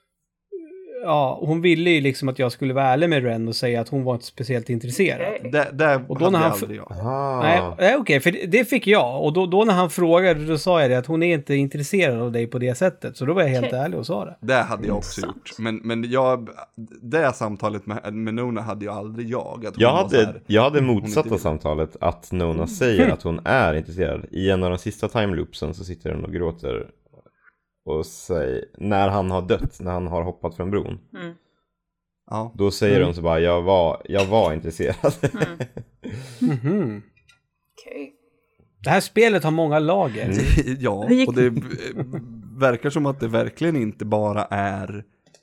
ja, hon ville ju liksom att jag skulle vara ärlig med Ren och säga att hon var inte speciellt intresserad. Okej. Där, där Och då hade när han aldrig jag. Ah. Nej, nej okej, för det, det fick jag. Och då, då när han frågade, då sa jag det, att hon är inte intresserad av dig på det sättet. Så då var jag helt Okej. ärlig och sa det. Det hade jag också Intressant. gjort. Men, men jag, det samtalet med, med Nona hade jag aldrig jag. Att hon Jag var så hade, här, jag hade hon motsatta inte- samtalet, att Nona säger att hon är intresserad. I en av de sista timeloopsen så sitter hon och gråter och säger, när han har dött, när han har hoppat från bron, Mm. Ja. då säger Mm. hon så bara, jag var, jag var intresserad. Mhm. Okej. Det här spelet har många lager. Ja, Hur gick och det eh, verkar som att det verkligen inte bara är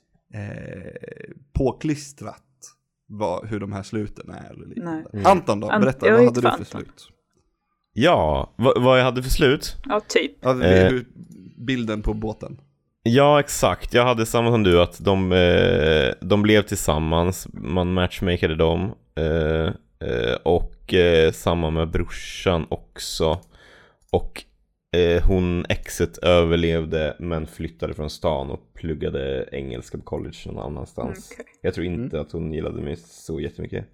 eh, påklistrat vad, hur de här sluten är. Eller liknande. Nej. Anton då, Ant- berätta, jag vad gick hade för du för Anton. slut? Ja, vad, vad jag hade för slut? Ja, typ. Ja, vi- Eh. hur- bilden på båten. Ja, exakt. Jag hade samma som du, att de, eh, de blev tillsammans, man matchmakade dem, eh, eh, och eh, samma med brorsan också. Och eh, hon, exet, överlevde men flyttade från stan och pluggade engelska på college någon annanstans. Okej. Jag tror inte att hon gillade mig så jättemycket.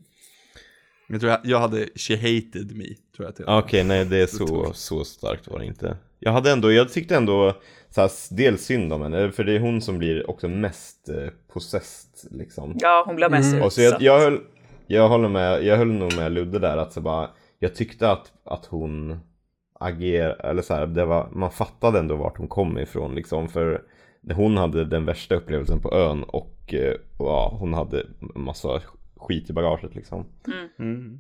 Jag tror jag, jag hade She Hated Me, tror jag till. Okej, nej, det är så, så starkt var det inte. Jag hade ändå, jag tyckte ändå så här, dels synd om henne, för det är hon som blir också mest eh, possessed liksom. Ja, hon blev mest Mm. Och så jag, jag höll, jag håller med, jag höll nog med Ludde där, att så bara, jag tyckte att, att hon ager, eller så här, det var, man fattade ändå vart hon kom ifrån liksom, för hon hade den värsta upplevelsen på ön och, eh, och ja, hon hade en massa skit i bagaget liksom. Mm.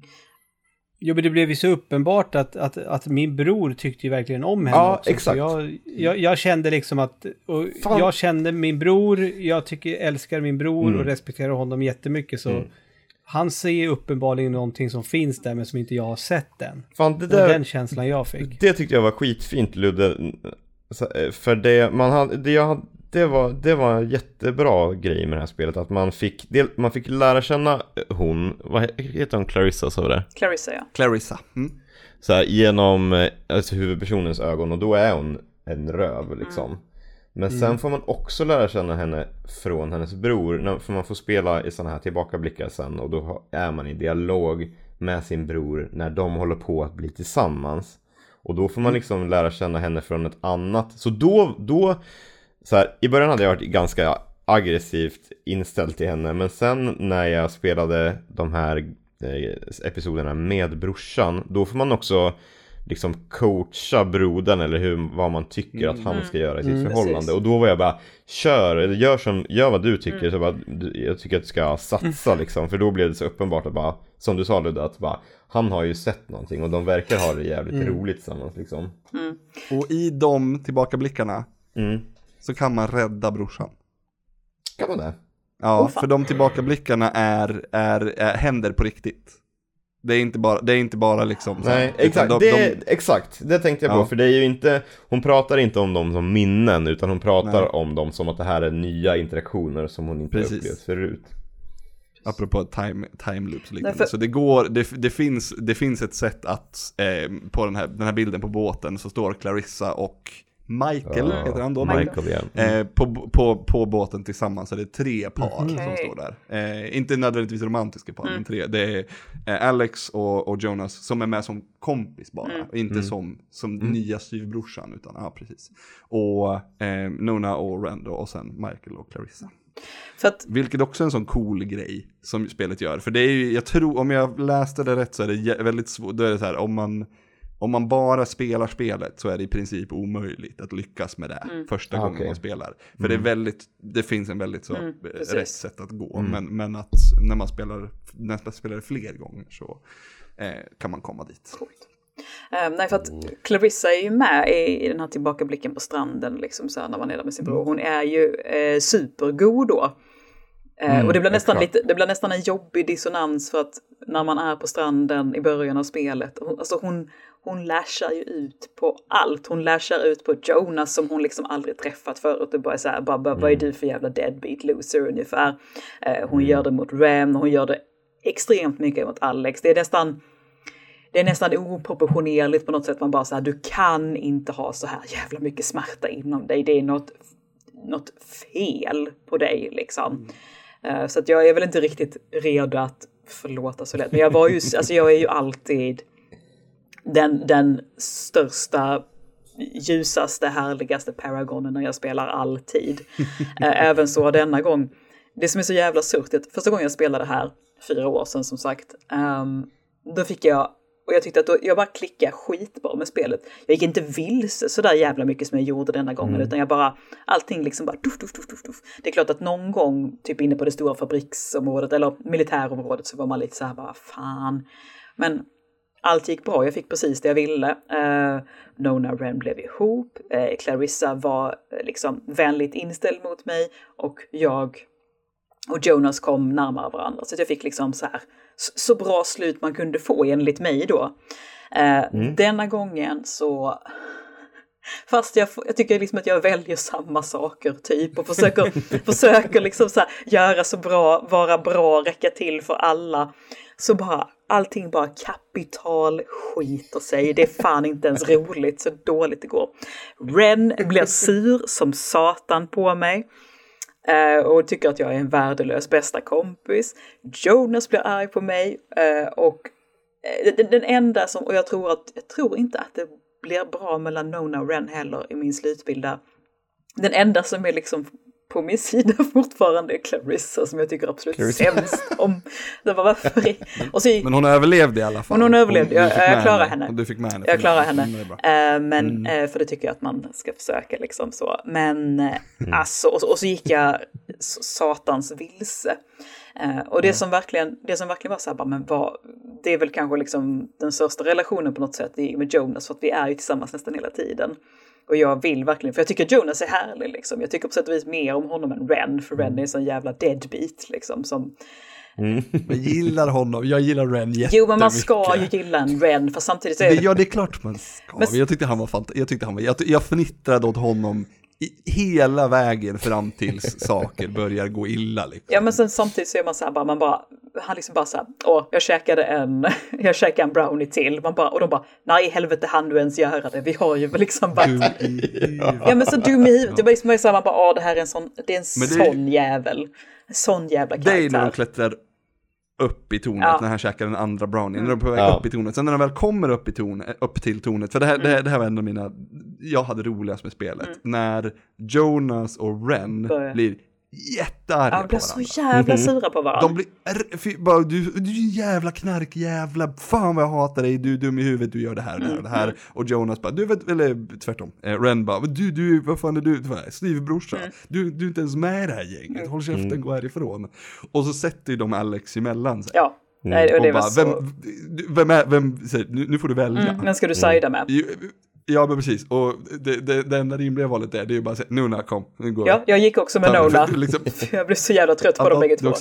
Jo, men det blev ju så uppenbart att, att, att min bror tyckte ju verkligen om henne Ja, också. Så exakt. Jag, jag, jag kände liksom att, och Fan. jag kände min bror, jag tycker, älskar min bror Mm. och respekterar honom jättemycket, så Mm. han ser ju uppenbarligen någonting som finns där men som inte jag har sett än. Fan, det Det var där, den känslan jag fick. det tyckte jag var skitfint, Ludde. Så, eh, för det, man hade, det, jag hade, det, var, det var en jättebra grej med det här spelet. Att man fick, del, man fick lära känna hon, vad he- heter hon, Clarissa, så var det? Clarissa, ja. Clarissa. Mm. Så här, genom eh, alltså, huvudpersonens ögon, och då är hon en röv liksom. Men sen får man också lära känna henne från hennes bror, när, för man får spela i sådana här tillbakablickar sen, och då har- är man i dialog med sin bror när de håller på att bli tillsammans. Och då får man liksom lära känna henne från ett annat. Så då, då så här, i början hade jag varit ganska aggressivt inställd till henne, men sen när jag spelade de här eh, episoderna med brorsan, då får man också liksom coacha brodern, eller hur, vad man tycker att han ska göra i sitt Mm, förhållande. precis. Och då var jag bara, kör, eller gör, som, gör vad du tycker. Så bara, du- jag tycker att du ska satsa liksom. För då blev det så uppenbart att bara, som du sa Ludde, att bara, han har ju sett någonting och de verkar ha det jävligt roligt tillsammans liksom. Och i de tillbakablickarna Mm. så kan man rädda brorsan. Kan man det? Ja, Åh, fan. för de tillbakablickarna är, är, är händer på riktigt. Det är inte bara, det är inte bara liksom så här, Nej, utan exakt, de- det, de- exakt, det tänkte jag på, Ja. för det är ju inte, hon pratar inte om dem som minnen, utan hon pratar Nej. om dem som att det här är nya interaktioner som hon inte Precis. upplevt förut. apropå time, time loops liknande. Nej, för... Så det går, det, det, finns, det finns ett sätt att eh, på den här, den här bilden på båten så står Clarissa och Michael, ja, heter han då? Michael, ja. Mm. Eh, på, på, på båten tillsammans, så det är tre par Okay. som står där. Eh, inte nödvändigtvis romantiska par, Mm. men tre. Det är eh, Alex och, och Jonas som är med som kompis bara. Mm. Inte Mm. som, som Mm. nya styvbrorsan, utan ja, precis. Och eh, Nona och Ren då, och sen Michael och Clarissa. För att, Vilket också är en sån cool grej som spelet gör. För det är ju, jag tror, om jag läste det rätt så är det jä- väldigt svårt. Då är det så här, om man, om man bara spelar spelet så är det i princip omöjligt att lyckas med det Mm. första Ah, gången okej. man spelar. För Mm. det är väldigt, det finns en väldigt så Mm, eh, precis. rätt sätt att gå. Mm. Men, men att när man spelar, när man spelar fler gånger så eh, kan man komma dit. coolt. Um, nej, för att Clarissa är ju med i, i den här tillbakablicken på stranden liksom, så här, när man är där med sin bror. Hon är ju eh, supergod då. Eh, Mm, och det blir, nästan exakt. lite, det blir nästan en jobbig dissonans för att när man är på stranden i början av spelet, hon, alltså hon, hon lashar ju ut på allt. Hon lashar ut på Jonas som hon liksom aldrig träffat förut och bara så här, bara, bara, vad är du för jävla deadbeat loser ungefär. Eh, hon Mm. gör det mot Ren, hon gör det extremt mycket mot Alex. Det är nästan Det är nästan oproportionerligt på något sätt. Man bara så här, du kan inte ha så här jävla mycket smärta inom dig. Det är något, något fel på dig liksom. Mm. Uh, så att jag är väl inte riktigt redo att förlåta så lätt. Men jag var ju, alltså jag är ju alltid den, den största, ljusaste, härligaste paragonen när jag spelar alltid. uh, även så denna gång. Det som är så jävla surt, att första gången jag spelade här, fyra år sedan som sagt, um, då fick jag, och jag tyckte att då, jag bara klickade skitbra med spelet. Jag gick inte vilse så där jävla mycket som jag gjorde denna gången, mm. utan jag bara, allting liksom bara duff, duff, duff, duff, duff. Det är klart att någon gång, typ inne på det stora fabriksområdet eller militärområdet, så var man lite så här bara, fan. Men allt gick bra, jag fick precis det jag ville. Uh, Nona och Ren blev ihop, uh, Clarissa var uh, liksom vänligt inställd mot mig, och jag och Jonas kom närmare varandra. Så jag fick liksom så här, så, så bra slut man kunde få enligt mig då. Uh, mm. Denna gången så, fast jag, jag tycker liksom att jag väljer samma saker typ och försöker, försöker liksom så här, göra så bra, vara bra, räcka till för alla. Så bara, allting bara kapital skiter sig. Det är fan inte ens roligt, så dåligt det går. Ren blir sur som satan på mig. Uh, och tycker att jag är en värdelös bästa kompis. Jonas blir arg på mig. Uh, och uh, den, den enda som, och jag tror att, jag tror inte att det blir bra mellan Nona och Ren heller i min slutbild där. Den enda som är liksom på min sida fortfarande är Clarissa, som jag tycker absolut Clarissa. sämst om. Det var varför. Och så, men hon överlevde i alla fall. Men hon överlevde, Hon, jag, jag klarar henne. henne. Och du fick med henne. Jag klarar henne. Mm, uh, men, mm. uh, för det tycker jag att man ska försöka liksom så. Men uh, mm. alltså, och, och så gick jag satans vilse. Uh, och det, mm. som verkligen, det som verkligen var så här, bara, men vad, det är väl kanske liksom den största relationen på något sätt med Jonas, för att vi är ju tillsammans nästan hela tiden. Och jag vill verkligen, för jag tycker Jonas är härlig liksom. Jag tycker på sätt och vis mer om honom än Ren, för Ren är en sån jävla deadbeat liksom som... Mm. Jag gillar honom, jag gillar Ren jättemycket. Jo, men man ska ju gilla en Ren, för samtidigt så är det... Ja, det är klart man ska. Men... Jag tyckte han var fant- jag tyckte han var, jag, jag fnittrade åt honom i, hela vägen fram tills saker börjar gå illa liksom. Ja, men sen samtidigt så är man så här, bara, man bara, han liksom bara så här, åh, jag käkade en, jag käkade en brownie till, man bara, och de bara, nej, helvete, han du ens göra det, vi har ju liksom bara... Dum i huvudet. Ja, men så dum i huvudet, det var liksom så här, man bara, åh, det här är en sån, det är en det... sån jävel, en sån jävla karaktär. Det är när de klättrar upp i tornet, ja. när han käkar den andra brownie, mm. när de är på väg ja. upp i tornet. Sen när de väl kommer upp, i tornet, upp till tornet, för det här, mm. det, här, det här var en av mina, jag hade roligast med spelet, mm. när Jonas och Ren Börjar. blir jättearga ja, på blir varandra. så jävla sura på varandra. De blir, är, fy, bara, du, du är en jävla knark, jävla, fan vad jag hatar dig, du är dum i huvudet, du gör det här, det här, det här. Och Jonas bara, du vet, eller tvärtom, eh, Ren bara, du, du, vad fan är du, styvbrorsa, mm. du, du är inte ens med i det här gänget, mm. håll käften, mm. gå härifrån. Och så sätter ju de Alex emellan sig. Ja. Nej, och det och var bara, så... vem, vem är, vem, säg, nu, nu får du välja. Mm, men ska du sida med? Ja, men precis. Och det, det, det enda rimliga valet är, det är ju bara att säga, Nona, kom, nu går Ja, jag gick också med Ta, Nona. liksom, jag blev så jävla trött på dem bägge två.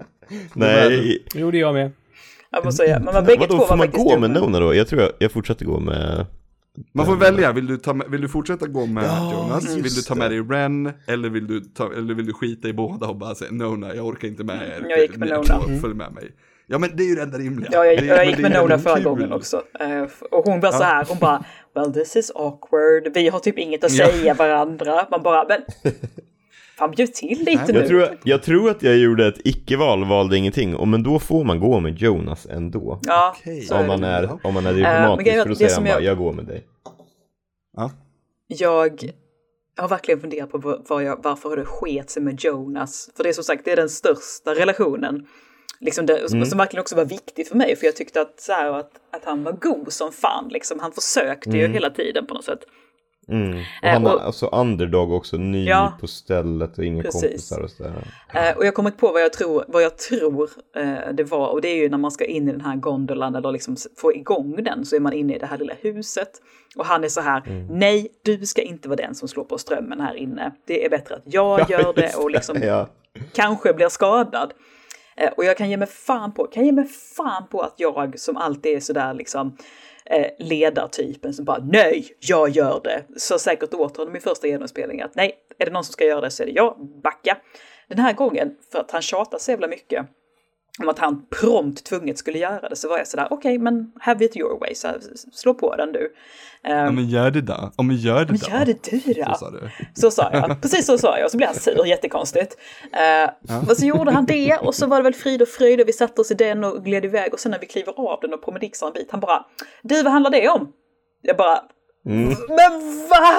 Nej. Det gjorde jag med. Jag måste säga, men man bägge Vadå, två var får man faktiskt gå dumma. med Nona då? Jag tror jag, jag fortsätter gå med Man får välja, vill du, ta med, vill du fortsätta gå med Ja, Jonas? just Vill du ta med dig Ren? Eller vill du, ta, eller vill du skita i båda och bara säga Nona, jag orkar inte med er. Jag gick med Ni Nona. två, följ med mig. Ja men det är ju det enda rimliga. Ja, jag, det, jag men gick det med är ju Nona ändå förra kul. gången också. Uh, och hon bara så här, hon bara, well this is awkward. Vi har typ inget att säga varandra. Man bara, men fan bjud till lite Nej, nu. Jag tror, jag tror att jag gjorde ett icke-val, valde ingenting. Och men då får man gå med Jonas ändå. Ja, Okej. så Om är man det. är, om man är men diplomatisk, grejen är för då att säger det han som bara, jag- jag går med dig. Ja. Jag har verkligen funderat på vad vad jag, varför det sket sig med Jonas. För det är som sagt, det är den största relationen. Liksom det, Mm. som verkligen också var viktig för mig. För jag tyckte att, så här, att, att han var god som fan. Liksom. Han försökte Mm. ju hela tiden på något sätt. Mm. Och Eh, han är och- alltså underdog också, ny Ja. på stället och inga Precis. kompisar och sådär. Eh, och jag har kommit på vad jag tror, vad jag tror eh, det var. Och det är ju när man ska in i den här gondolan eller liksom s- få igång den, så är man inne i det här lilla huset. Och han är så här, Mm. nej, du ska inte vara den som slår på strömmen här inne. Det är bättre att jag gör det och liksom Ja. kanske blir skadad. Eh, och jag kan ge mig fan på, kan ge mig fan på att jag som alltid är sådär liksom eh, ledartypen som bara nej, jag gör det. Så säkert åt honom i första genomspelningen att nej, är det någon som ska göra det så är det jag, backa. Den här gången, för att han tjatar så jävla mycket om att han prompt tvunget skulle göra det, så var jag sådär, okej, okay, men have it your way, så här, slå på den du. Ja men gör det då. Ja men gör det Men då. gör det du då. Så sa du. Så sa jag, precis så sa jag, och så blev han sur, jättekonstigt. Uh, och så gjorde han det, och så var det väl frid och fröjd, och vi satte oss i den och gled iväg, och sen när vi kliver av den och promenixar en bit, han bara, du, vad handlar det om? Jag bara, Mm. men va?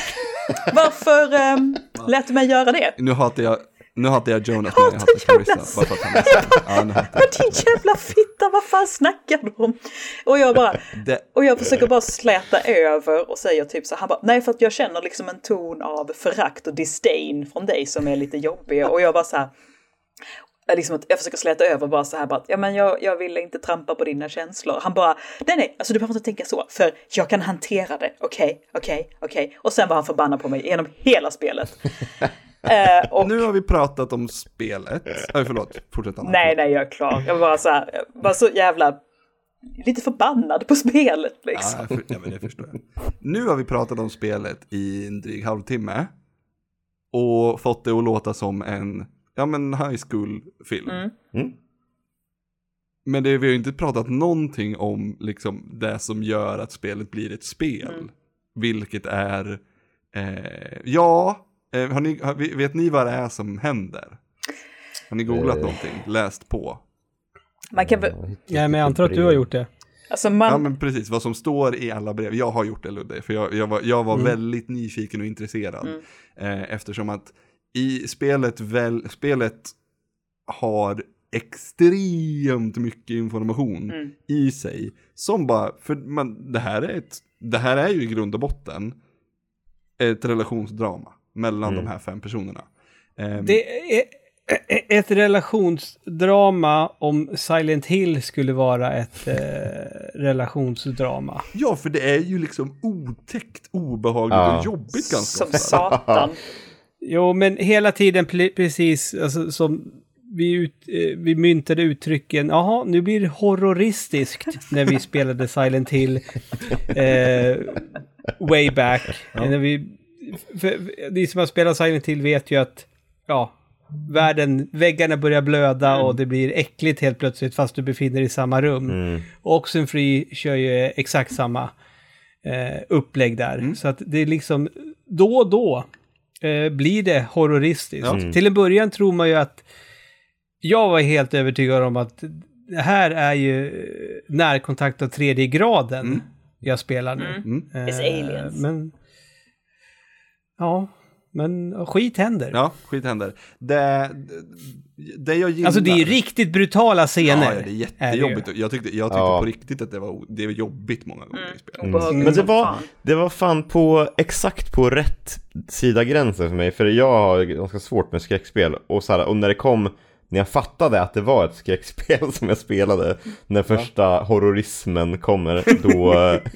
Varför um, lät du mig göra det? Nu hatar jag, nu hatar jag Jonas när jag hatar Jonas. Carissa. Bara för att han är så. Ja, nu hatar Men din jävla fitta, vad fan snackar du om? Och jag bara, det. och jag försöker bara släta över och säger typ så, han bara, nej, för att jag känner liksom en ton av förakt och disdain från dig som är lite jobbig. Och jag bara så här, liksom att jag försöker släta över bara så här, bara, ja men jag, jag vill inte trampa på dina känslor. Han bara, nej nej, alltså du behöver inte tänka så, för jag kan hantera det, okej, okej, okej. Och sen var han förbannad på mig genom hela spelet. eh, och Nu har vi pratat om spelet. Oj, förlåt, fortsätt Anna. nej, nej, jag är klar. Jag var så här, jag var så jävla lite förbannad på spelet liksom. Ja, jag för, ja, men det förstår jag. Nu har vi pratat om spelet i en dryg halvtimme. Och fått det att låta som en, ja men high school-film. Mm. Mm. Men det, vi har ju inte pratat någonting om liksom det som gör att spelet blir ett spel. Mm. Vilket är, eh, ja, eh, har ni, har, vet ni vad det är som händer? Har ni googlat Eh. någonting? Läst på? Man kan väl, Ja, men jag antar att du har gjort det. alltså man, Ja men precis, vad som står i alla brev. Jag har gjort det, Ludde, för jag, jag var, jag var Mm. väldigt nyfiken och intresserad. Mm. Eh, eftersom att i spelet, väl, spelet har extremt mycket information Mm. i sig. Som bara, för man, det, här är ett, det här är ju i grund och botten ett relationsdrama mellan Mm. de här fem personerna. Eh, Det är ett relationsdrama om Silent Hill skulle vara ett eh, relationsdrama. Ja, för det är ju liksom otäckt, obehagligt Ja. och jobbigt ganska som ofta. satan. Jo, men hela tiden pl- precis alltså, som vi, ut, eh, vi myntade uttrycken, jaha, nu blir det horroristiskt när vi spelade Silent Hill eh, way back. Ja. När vi, för, för, ni som har spelat Silent Hill vet ju att ja, världen, väggarna börjar blöda Mm. och det blir äckligt helt plötsligt fast du befinner dig i samma rum. Mm. Och Oxenfree kör ju exakt samma eh, upplägg där. Mm. Så att det är liksom då och då eh, blir det horroristiskt. Ja. Mm. Till en början tror man ju att jag var helt övertygad om att det här är ju närkontakt av tredje graden Mm. jag spelar nu. Mm. Mm. It's Eh, aliens. Men ja, men skit händer. Ja, skit händer. Det, det jag gillar... Alltså det är riktigt brutala scener. Ja, ja, det är jättejobbigt. Jag tyckte, jag tyckte Ja. på riktigt att det var, o- det var jobbigt många gånger i spelet. Obehagligt Men det som var, fan. det var fan på exakt på rätt sida gränsen för mig. För jag har ganska svårt med skräckspel. Och, så här, och när det kom, när jag fattade att det var ett skräckspel som jag spelade, när första horrorismen kommer, då,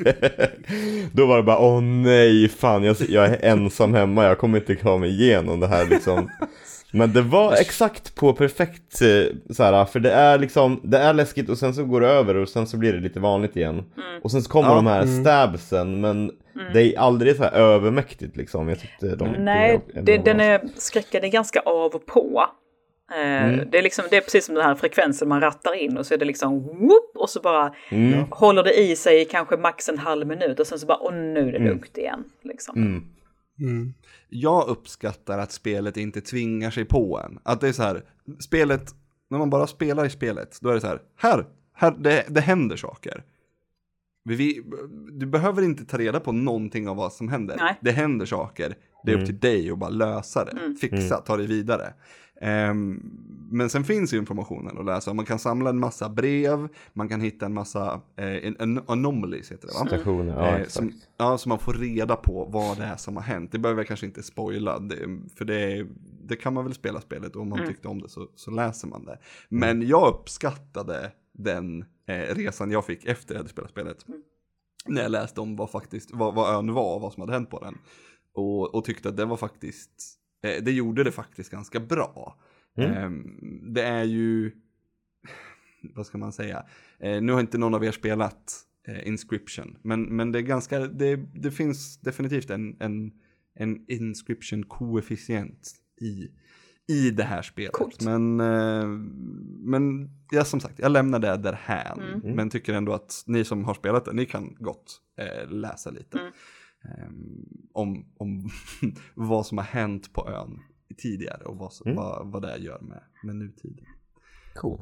då var det bara, åh nej, fan, jag, jag är ensam hemma, jag kommer inte komma mig igenom det här liksom. Men det var exakt på perfekt så här, för det är liksom, det är läskigt och sen så går det över och sen så blir det lite vanligt igen. Mm. Och sen så kommer ja. de här mm. stabsen, men mm. det är aldrig så här övermäktigt liksom. Jag tyckte de, Nej, det, det, den är, skräcken är ganska av och på. Mm. Det, är liksom, det är precis som den här frekvensen man rattar in och så är det liksom whoop, och så bara mm. håller det i sig kanske max en halv minut och sen så bara, och nu är det lugnt mm. igen. Liksom. Mm. Mm. Jag uppskattar att spelet inte tvingar sig på en. Att det är så här, spelet, när man bara spelar i spelet, då är det så här, här, här det, det händer saker. Vi, du behöver inte ta reda på någonting av vad som händer. Nej. Det händer saker, det är mm. upp till dig att bara lösa det, mm. fixa, ta det vidare. Um, men sen finns ju informationen att läsa. Man kan samla en massa brev, man kan hitta en massa eh, en, en anomalies heter det va? Stationer, ja, eh, som, ja, så man får reda på vad det är som har hänt. Det behöver jag kanske inte spoila, det, för det, det kan man väl spela spelet och om man mm. tyckte om det så, så läser man det. Men mm. jag uppskattade den eh, resan jag fick efter jag hade spelat spelet. Mm. När jag läste om vad, faktiskt, vad, vad ön var och vad som hade hänt på den. Och, och tyckte att det var faktiskt det gjorde det faktiskt ganska bra. Mm. Det är ju, vad ska man säga, nu har inte någon av er spelat Inscription, men, men det är ganska, det, det finns definitivt en, en, en Inscription-koefficient i, i det här spelet. Coolt. Men, men ja, som sagt, jag lämnar det därhän, mm. men tycker ändå att ni som har spelat det, ni kan gott läsa lite. Mm. Um, om, om vad som har hänt på ön tidigare och vad, mm. vad, vad det gör med, med nutiden. Cool.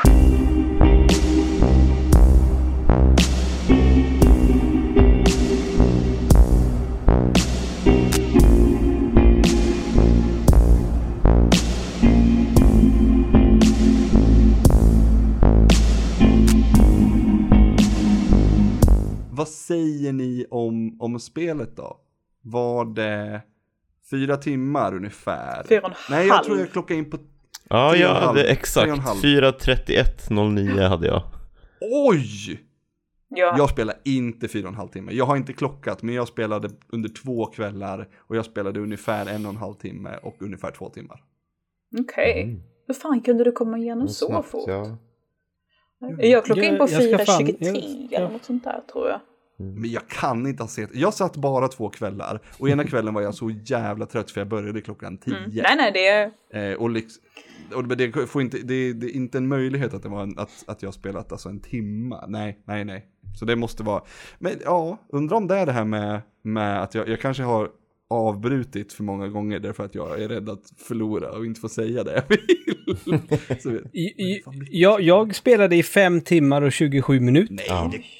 Vad säger ni om, om spelet då? Var det fyra timmar ungefär? Fyra och en halv. Nej, jag tror jag klockade in på... Ja, jag hade exakt. fyra trettioett noll nio hade jag. Oj! Ja. Jag spelar inte fyra och en halv timme. Jag har inte klockat, men jag spelade under två kvällar. Och jag spelade ungefär en och en halv timme och ungefär två timmar. Okej. Okay. Mm. Hur fan kunde du komma igenom så snabbt, fort? Ja. Jag klockade in på fyra tjugotre eller något sånt där, tror jag. Mm. Men jag kan inte ha sett. Jag satt bara två kvällar. Och ena kvällen var jag så jävla trött för jag började klockan tio. Mm. Nej, nej, det är... Eh, och liksom, och det, får inte, det, det är inte en möjlighet att, det var en, att, att jag spelat alltså en timma. Nej, nej, nej. Så det måste vara... Men ja, undrar om det är det här med, med att jag, jag kanske har avbrutit för många gånger därför att jag är rädd att förlora och inte få säga det jag vill. Så, I, jag, jag spelade i fem timmar och tjugosju minuter. Nej, ja. det...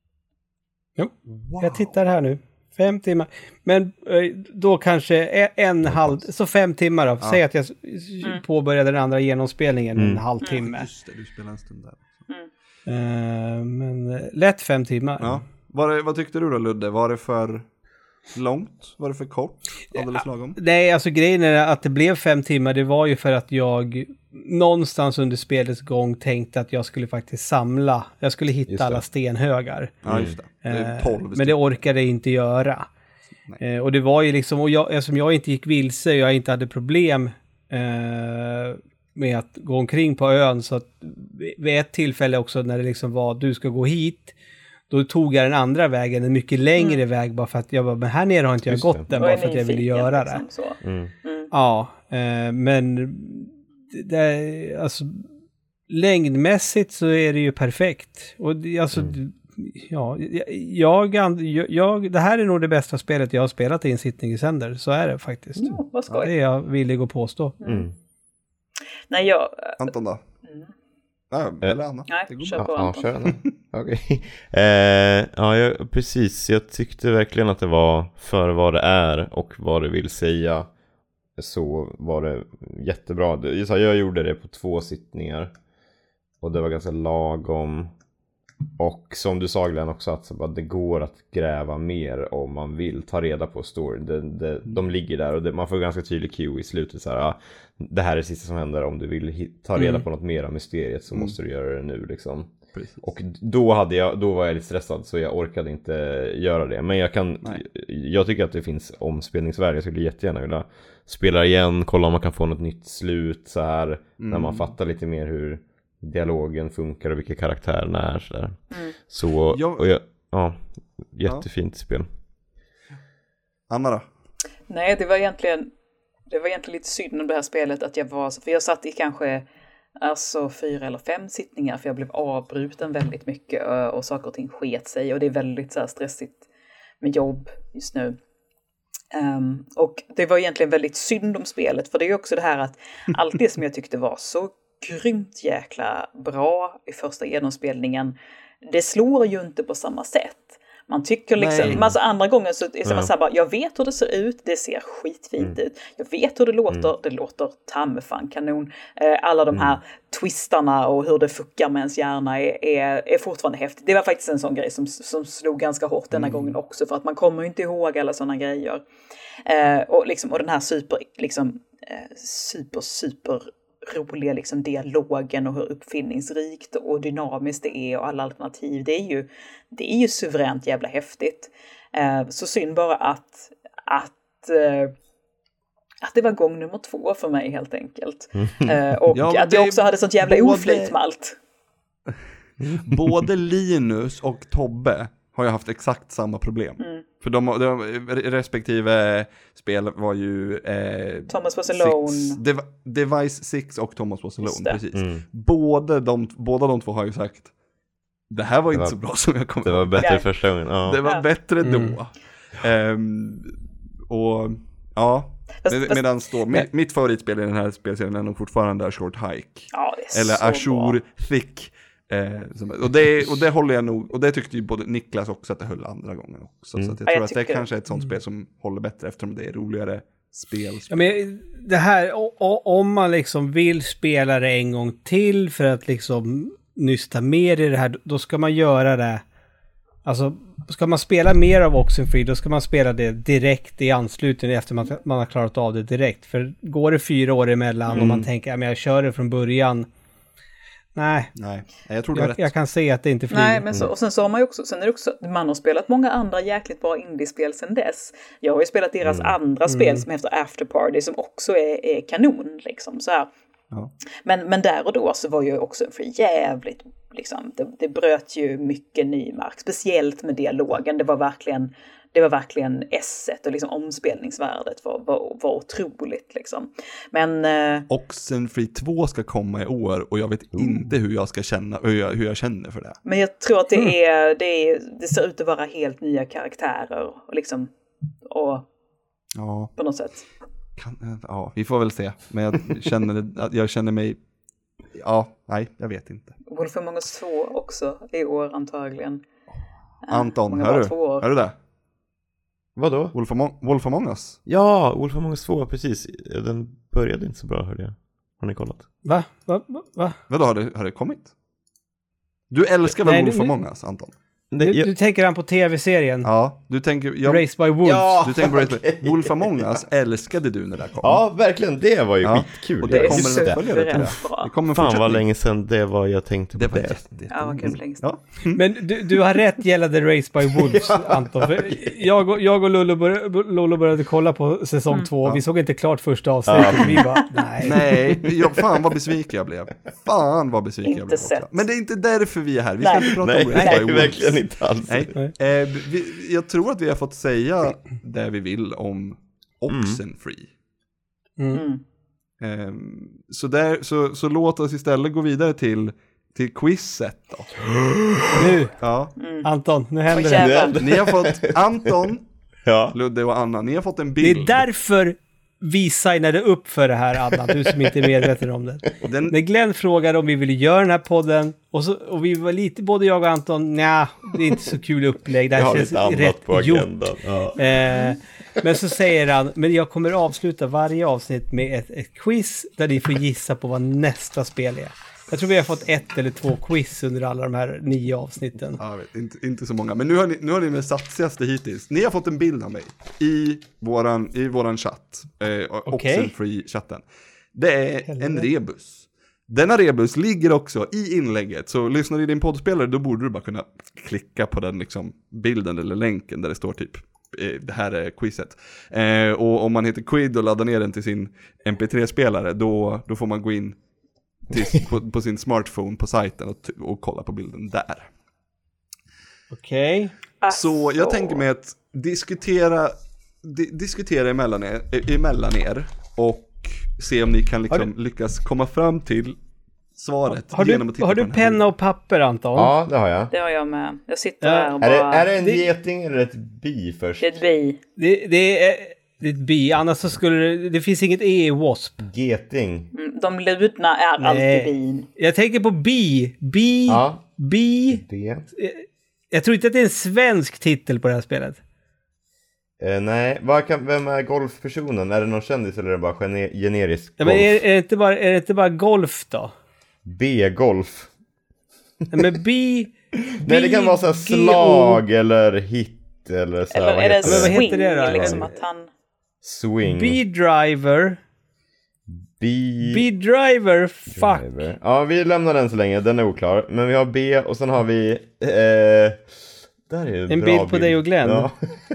Jo, wow. Jag tittar här nu. Fem timmar. Men då kanske en halv... Så fem timmar då. Ja. Säg att jag mm. påbörjade den andra genomspelningen mm. en halvtimme. Ja, just det, du spelar en stund där. Mm. Uh, men lätt fem timmar. Ja. Var det, vad tyckte du då, Ludde? Var det för långt? Var det för kort? Alldeles lagom? Nej, alltså grejen är att det blev fem timmar. Det var ju för att jag någonstans under spelets gång tänkte att jag skulle faktiskt samla. Jag skulle hitta alla stenhögar. Ja, just det. Det är tolv, men det orkade jag inte göra. Eh, och det var ju liksom, och jag, eftersom jag inte gick vilse och jag inte hade problem eh, med att gå omkring på ön, så att vid ett tillfälle också när det liksom var, du ska gå hit, då tog jag den andra vägen, en mycket längre mm. väg, bara för att jag bara, men här nere har inte jag just gått det. Den bara för att jag ville göra det. Liksom, mm. Mm. Ja, eh, men det, alltså längdmässigt så är det ju perfekt. Och det, alltså, mm. ja, jag, jag, jag, det här är nog det bästa spelet jag har spelat i en sittning i sänder. Så är det faktiskt. Ja, vad skoj. Det är jag villig att påstå. Mm. Nej, jag... Anton då? Mm. Nej, eller Anna. Nej, det går kör bra. på Anton. Ja, kör Okej. Okay. eh, ja, jag, precis. Jag tyckte verkligen att det var för vad det är och vad det vill säga. Så var det jättebra. Jag gjorde det på två sittningar. Och det var ganska lagom. Och som du sa, Glenn, också att det går att gräva mer om man vill ta reda på storyn. Det, det, de ligger där och det, man får ganska tydlig cue i slutet. Så här, ja, det här är det sista som händer. Om du vill ta reda mm. på något mer av mysteriet så mm. måste du göra det nu. Liksom. precis. Och då, hade jag, då var jag lite stressad så jag orkade inte göra det. Men jag kan, Nej. jag tycker att det finns omspelningsvärde. Jag skulle jättegärna vilja spela igen, kolla om man kan få något nytt slut så här. Mm. När man fattar lite mer hur dialogen funkar och vilka karaktärerna är. Så, där. Mm. så jag... och jag, ja, jättefint ja. spel. Anna då? Nej, det var egentligen det var egentligen lite synd om det här spelet att jag var, för jag satt i kanske alltså fyra eller fem sittningar för jag blev avbruten väldigt mycket och saker och ting sket sig och det är väldigt så här stressigt med jobb just nu. Um, och det var egentligen väldigt synd om spelet för det är också det här att allt det som jag tyckte var så grymt jäkla bra i första genomspelningen, det slår ju inte på samma sätt. Man tycker liksom, alltså andra gånger så är det ja. så här bara, jag vet hur det ser ut, det ser skitfint mm. ut. Jag vet hur det låter, mm. det låter tammefan kanon. Eh, alla de här mm. twistarna och hur det fuckar med ens hjärna är, är, är fortfarande häftigt. Det var faktiskt en sån grej som, som slog ganska hårt denna mm. gången också, för att man kommer ju inte ihåg alla sådana grejer. Eh, och, liksom, och den här super, liksom, eh, super, super roliga liksom dialogen och hur uppfinningsrikt och dynamiskt det är och alla alternativ, det är ju, det är ju suveränt jävla häftigt. Eh, så synd bara att att, eh, att det var gång nummer två för mig helt enkelt. Eh, och ja, att jag också hade sånt jävla både, oflyt med allt. Både Linus och Tobbe har ju haft exakt samma problem. Mm. För de, de respektive spel var ju eh, Thomas Was Alone, Six, Dev, Device sex och Thomas Was Alone, precis. Mm. Både, de, båda de två har ju sagt det här var det inte var, så bra som jag kom Det var bättre ja. första gången. Ja. Det var ja. bättre då. Mm. Um, och ja, fast, med, medan då, mitt, mitt favoritspel i den här spelserien är nog fortfarande A Short Hike. Ja, det är eller så Azure bra. Thick. Eh, som, och, det, och det håller jag nog, och det tyckte ju både Niklas också att det höll andra gången också. Mm. Så att jag ja, tror jag att det är tycker... kanske är ett sånt spel som håller bättre eftersom det är roligare spel. Ja, men det här, o- o- om man liksom vill spela det en gång till för att liksom nysta mer i det här, då ska man göra det. Alltså, ska man spela mer av Oxenfree, då ska man spela det direkt i anslutning efter man, man har klarat av det direkt. För går det fyra år emellan mm. och man tänker att jag kör det från början, nej, nej jag, tror det är jag, rätt. jag kan se att det inte flyger. Nej, men så, och sen så har man ju också, sen är det också, man har spelat många andra jäkligt bra indiespel sen dess. Jag har ju spelat deras mm. andra spel mm. som heter After Party som också är, är kanon liksom så här. Ja. Men, men där och då så var ju också för jävligt liksom, det, det bröt ju mycket ny mark, speciellt med dialogen. Det var verkligen det var verkligen esset och liksom omspelningsvärdet var, var, var otroligt liksom. Men eh, Oxenfree två ska komma i år och jag vet mm. inte hur jag ska känna hur jag, hur jag känner för det. Men jag tror att det mm. är, det är det ser ut att vara helt nya karaktärer och liksom och ja. på något sätt. Kan, ja, vi får väl se. Men jag känner att jag känner mig ja, nej, jag vet inte. Wolf Among Us två också i år antagligen. Anton, hör du? Hör du det? Vadå? Wolf Among, Wolf Among Us? Ja, Wolf Among Us två, precis. Den började inte så bra, hörde jag. Har ni kollat? Va? Va? Va? Va? Vadå, har det, har det kommit? Du älskar väl Nej, Wolf du, Among Us, Anton? Du, jag... du tänker han på tv-serien? Ja, du tänker... Jag... Race by Wolves. Ja, du tänker på Race by... Wolf Among Us älskade du när det kom. Ja, verkligen. Det var ju ja. skitkul. Och det, det kommer en uppföljare till det. Det kommer Fan vad länge sedan det var jag tänkte på det. Var det. det. Ja, vad kul länge sedan. Ja. Men du, du har rätt gällande Race by Wolves, ja. Anton. För jag och, jag och Lolo, bör, Lolo började kolla på säsong mm. två. Ja. Vi såg inte klart första avsnittet. Ja. Vi bara, nej. Nej, jag, fan vad besviken jag blev. Fan vad besviken jag blev också. Men det är inte därför vi är här. Vi ska nej. inte prata nej, om Race nej, by Wolves. Verkligen inte alls. Nej. Nej. Eh, vi, jag tror att vi har fått säga det vi vill om Oxenfree. Mm. Eh, så, där, så, så låt oss istället gå vidare till, till quizet då. Nu, ja. mm. Anton, nu händer det. Ni har fått, Anton, ja. Ludde och Anna, ni har fått en bild. Det är därför vi signade upp för det här, Anna, du som inte är medveten om det. Den... När Glenn frågade om vi ville göra den här podden, och, så, och vi var lite, både jag och Anton, nej, det är inte så kul upplägg, det här känns rätt på gjort. Ja. Eh, men så säger han, men jag kommer avsluta varje avsnitt med ett, ett quiz där ni får gissa på vad nästa spel är. Jag tror vi har fått ett eller två quiz under alla de här nio avsnitten. Ja, vet, inte, inte så många. Men nu har ni, nu har ni med satsigaste hittills. Ni har fått en bild av mig i våran, i våran chatt. Eh, okay. Oxenfree-chatten. Det är en rebus. Denna rebus ligger också i inlägget, så lyssnar du i din poddspelare då borde du bara kunna klicka på den liksom, bilden eller länken där det står typ det här är quizet. Eh, och om man heter Quid och laddar ner den till sin M P tre-spelare då, då får man gå in till, på, på sin smartphone på sajten och, och kolla på bilden där. Okej. Okay. Så jag tänker mig att diskutera, di, diskutera emellan er, emellan er och se om ni kan liksom du, lyckas komma fram till svaret. Har genom du, att titta har på du den här penna och papper, Anton? Ja, det har jag. Det har jag med. Jag sitter Ja. här och Är det, bara... är det en Det- geting eller ett bi först? Det är ett bi. Det, det är det är ett bi, annars så skulle det... Det finns inget E i wasp. Geting. Mm, De ludna är Nej. alltid bin. Jag tänker på bi. Bi. Ja. Bi. Det. Jag tror inte att det är en svensk titel på det här spelet. Eh, nej, vad kan, vem är golfpersonen? Är det någon kändis eller är det bara gene, generisk Ja, golf? men är, är, det inte bara, är det inte bara golf då? B-golf. Nej, men bi... Nej, det kan vara så här slag eller hit eller så här, Eller vad är det heter Men vad swing? heter det då? Liksom att han... Swing. B-driver. B- B-driver. Fuck. driver. Ja, vi lämnar den så länge, den är oklar. Men vi har B och sen har vi... Eh, där är ju En bra bild på dig och Glenn. Ja.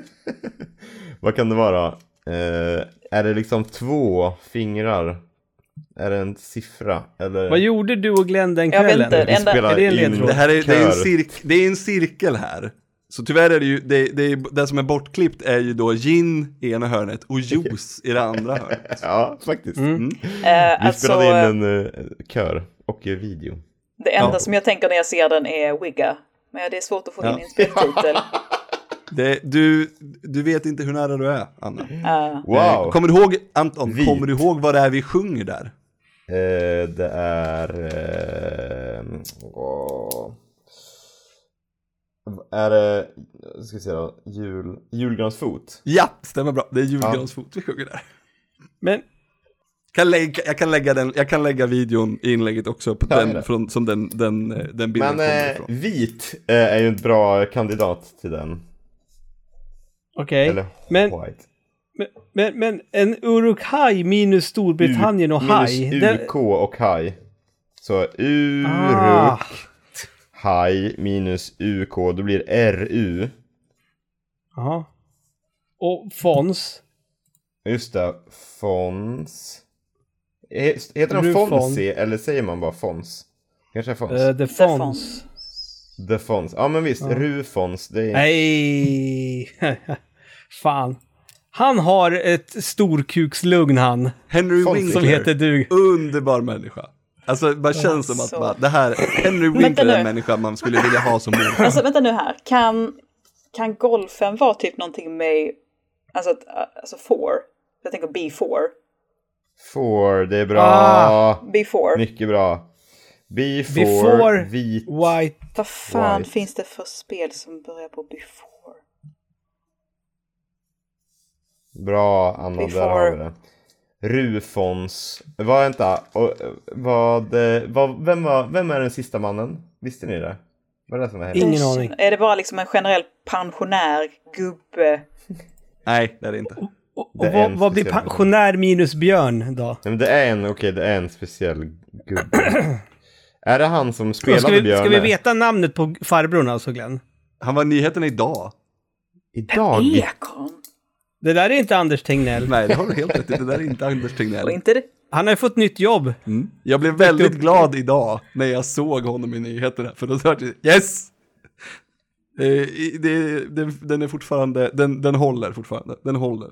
Vad kan det vara? Eh, är det liksom två fingrar? Är det en siffra? Eller... Vad gjorde du och Glenn den Jag vet kvällen? inte, det Vi enda- spelar Är det en in ledtråd? Det här är, det, är en kör. cirk, det är en cirkel här. Så tyvärr är det ju, det, det, är, det som är bortklippt är ju då gin i ena hörnet och juice i det andra hörnet. Ja, faktiskt. Mm. Eh, Vi alltså, spelade in en uh, kör och uh, video. det enda Ja. som jag tänker när jag ser den är Wigga. Men det är svårt att få Ja. in i en speltitel. Det, du, du vet inte hur nära du är, Anna. Uh, Wow! Eh, kommer du ihåg, Anton, Vit. kommer du ihåg vad det är vi sjunger där? Eh, det är... Eh, åh. Är det... Ska vi se då. Jul, julgransfot. Ja, stämmer bra. Det är julgransfot vi sjunger där. Men Kan lägga, jag, kan lägga den, jag kan lägga videon i inlägget också på Ja, den, det. från, som den, den, den bilden Men kommer eh, ifrån. vit eh, är ju en bra kandidat till den. okej. Eller Men, white. men, men, men en Uruk-hai minus Storbritannien och hai. Minus den- U K och haj. Så Uruk Ah. haj minus U K, då blir R U. Jaha. Och Fons. Just det, Fons. He- Heter den Rufon. Fonsi eller säger man bara Fons? Kanske är Fons. Uh, the The Fons. Fons. The Fons. Ja men visst, Ja. Rufons. Det är... Nej. Fan. Han har ett storkukslugn han. Henry Folk Winkler, Som heter du. underbar människa. Alltså det bara känns som att så. bara, det här, Henry Vänta Winkler är nu. en människa man skulle vilja ha som mor. Alltså vänta nu här. Kan, kan golfen vara typ någonting med... Alltså, att- alltså four. Jag tänker B four. Four, det är bra. Ah. B four. Mycket bra. B four, Before vit. White. Vad fan White. finns det för spel som börjar på B four? Bra Anna, där Before. har vi det. Rufons. Vad, vänta. Och, vad, eh, vad, vem, var, vem är den sista mannen? Visste ni det? Vad är det som är Ingen Det- aning. Är det bara liksom en generell pensionär, gubbe? Nej, det är det inte. Och, och Det är vad, en vad blir speciell pensionär minus björn då? Nej, men det är en, okej, det är en speciell gubbe. Är det han som Ska spelade vi, Björn? ska vi veta namnet på farbrorn alltså, Glenn? Han var i nyheterna idag. Idag? Ekon? Det där är inte Anders Tegnell. Nej, det har du helt rätt i. Det där är inte Anders Och Tegnell. inte det? Han har ju fått nytt jobb. Mm. Jag blev väldigt glad idag när jag såg honom i nyheterna. För då sa jag, yes! Eh, i- det, det, den är fortfarande, den, den håller fortfarande. Den håller.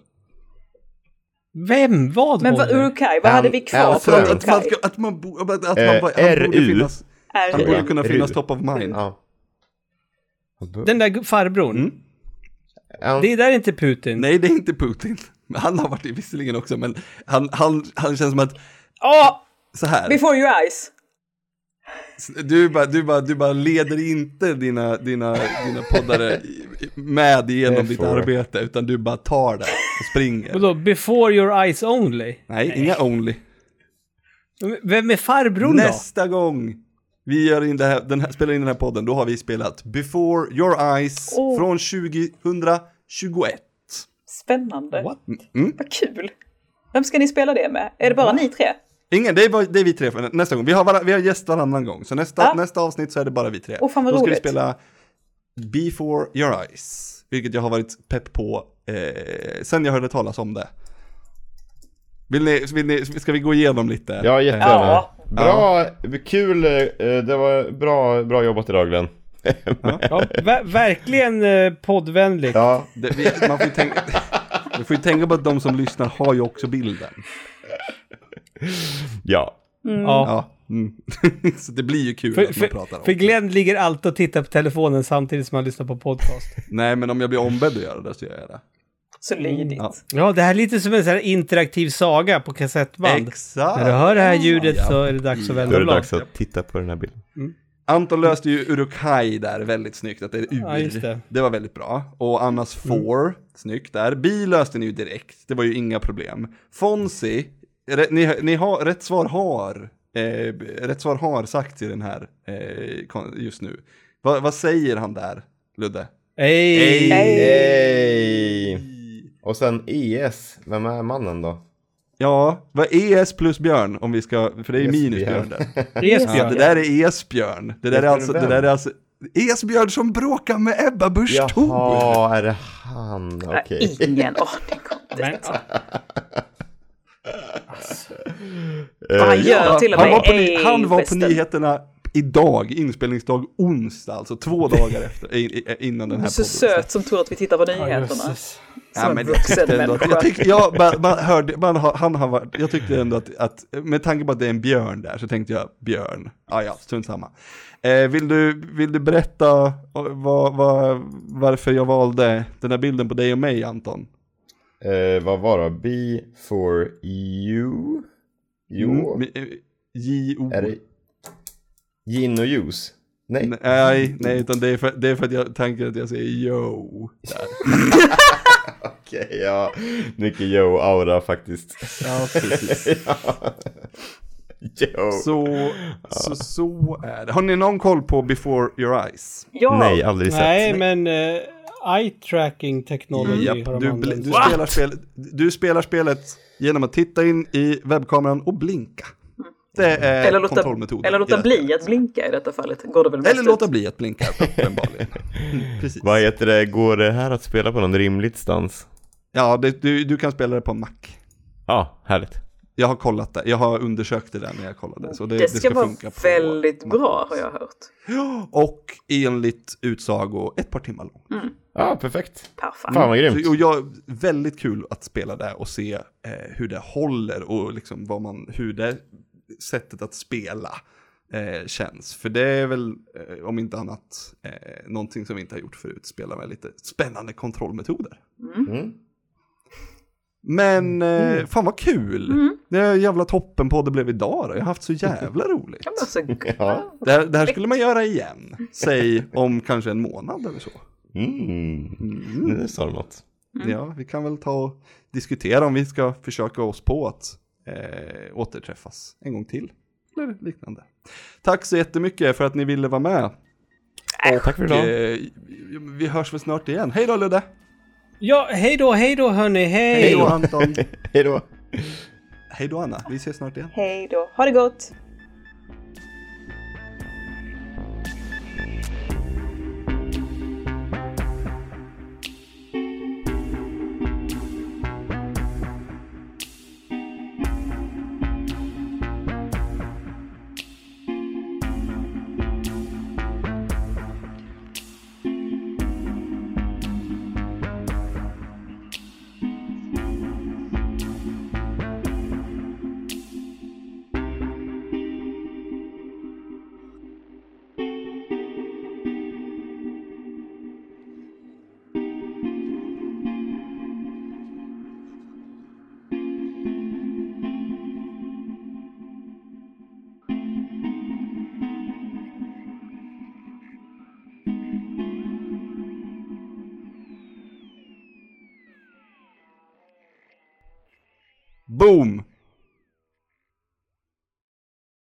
Vem? Vad Men vad, håller? Urukai, vad An- hade vi kvar Alltså, för Att, att, man Urukai? ska, att man, bo, att, att han, Eh, han borde R U. finnas, han Är borde det? kunna finnas R U. top of mind. Ja. Den där farbrorn. Mm. Ja. Det där är inte Putin. Nej, det är inte Putin. Han har varit det visserligen också, men han, han, han känns som att, Åh! så här. Before your eyes! Du bara, du bara, du bara leder inte dina, dina, dina poddare med igenom ditt Therefore. arbete, utan du bara tar det och springer. Vadå, before your eyes only? Nej, inga only. Vem är farbrorn då? Nästa gång vi gör in det här, den här, spelar in den här podden, då har vi spelat Before Your Eyes Oh. från tjugohundratjugoett. Spännande. What? Mm. Vad kul. Vem ska ni spela det med? Är det bara ni tre? Ingen, det är, bara, det är vi tre för nästa gång. Vi har, var, vi har gäst varannan gång. Så nästa, Ja. nästa avsnitt så är det bara vi tre. Åh, fan vad Då ska roligt. vi spela Before Your Eyes. Vilket jag har varit pepp på eh, sen jag hörde talas om det. Vill ni, vill ni, ska vi gå igenom lite? Ja, jättegärna. Ja. Bra, kul, eh, det var bra, bra jobbat idag Glenn. Ja, ver- verkligen eh, poddvänligt. Ja, Det, vi, man får ju tänka, vi får ju tänka på att de som lyssnar har ju också bilden. ja. Ja. Ja. Mm. Så det blir ju kul För, att man för, pratar om för det. Glenn ligger alltid och tittar på telefonen samtidigt som han lyssnar på podcast. Nej, men om jag blir ombedd att göra det så gör jag det. Så lydigt. Ja. Ja, det här är lite som en sån här interaktiv saga på kassettband. Exakt. När du hör det här ljudet Ja. så är det dags att Då vända är det blad. dags att titta på den här bilden. Anton löste ju Urukai där väldigt snyggt, att det är ur. Ja, just det. det var väldigt bra. Och Annas for, snyggt där. Bi löste ni ju direkt, det var ju inga problem. Fonzie, re, ni, ni har, rätt svar har, eh, rätt svar har sagt i den här eh, kon- just nu. Va, vad säger han där, Ludde? Ej! Hej! Och sen E S, vem är mannen då? Ja, vad är E S plus Björn om vi ska, för det är ju Esbjörn. minusbjörn där. Ja, Esbjörn. det där är Esbjörn. Det där är Vet du alltså, vem? det där är alltså Esbjörn som bråkar med Ebba Busch Thor. Jaha, är det han? Jag har Okej. ingen aning om Men, det. Eh, Vad han gör Ja, till och han, med var på, ny- är han var på bästen. nyheterna idag, inspelningsdag onsdag, alltså två dagar efter, i- i- innan den här Så podden. söt som tror att vi tittar på ja, nyheterna. jösses. Ja, Som men en jag tyckte vuxen ändå att, människa. jag tyckte, ja, man, man hörde, man har, han har varit, jag tyckte ändå att, att, med tanke på att det är en björn där, så tänkte jag björn. Ah, ja, strunt samma. Eh, vill, du, vill du berätta eh, vad, vad, varför jag valde den här bilden på dig och mig, Anton? eh, vad var det? B for you? Jo. Mm, eh, J O. Är det gin och juice? Nej. Nej, nej, utan det är, för, det är för att jag tänker att jag säger yo där. Okej, ja. Mycket yo-aura faktiskt. Ja, precis. Yo. Så, så, så är det. Har ni någon koll på Before Your Eyes? Ja, Nej, aldrig sett. Nej, men uh, eye tracking technology Japp, har de du, bl- använt. du, spelar spel, du spelar spelet genom att titta in i webbkameran och blinka. Det är eller låta, kontrollmetoden. eller låta i bli detta. att blinka i detta fallet. Går det väl mest Eller låta ut? bli att blinka, uppenbarligen. Mm, precis. Vad heter det? Går det här att spela på någon rimligt stans? Ja, det, du, du kan spela det på en Mac. Ja, härligt. Jag har kollat det, jag har undersökt det där när jag kollade. Så det, Det ska, vara funka på väldigt Mac. bra har jag hört. Och enligt utsago ett par timmar lång. Ja, perfekt. Perfekt. Fan vad grymt. Så, och jag, väldigt kul att spela det och se eh, hur det håller och liksom vad man, hur det sättet att spela eh, känns. För det är väl, eh, om inte annat, eh, någonting som vi inte har gjort förut. Spela med lite spännande kontrollmetoder. Mm. Men eh, fan vad kul! Mm. Det är jävla toppen på det blev idag då. Jag har haft så jävla roligt. Ja, men så, Ja. Det här, det här skulle man göra igen. Säg om kanske en månad eller så. Mm. Nu sa du något. Ja, vi kan väl ta och diskutera om vi ska försöka oss på att eh, återträffas en gång till. Eller liknande. Tack så jättemycket för att ni ville vara med. Tack för idag. Eh, vi hörs väl snart igen. Hej då Ludde! Ja, hej då, hej då hörni, hej! Hej då Anton! Hej då. Hej då Anna, vi ses snart igen. hej då. Ha det gott. Boom!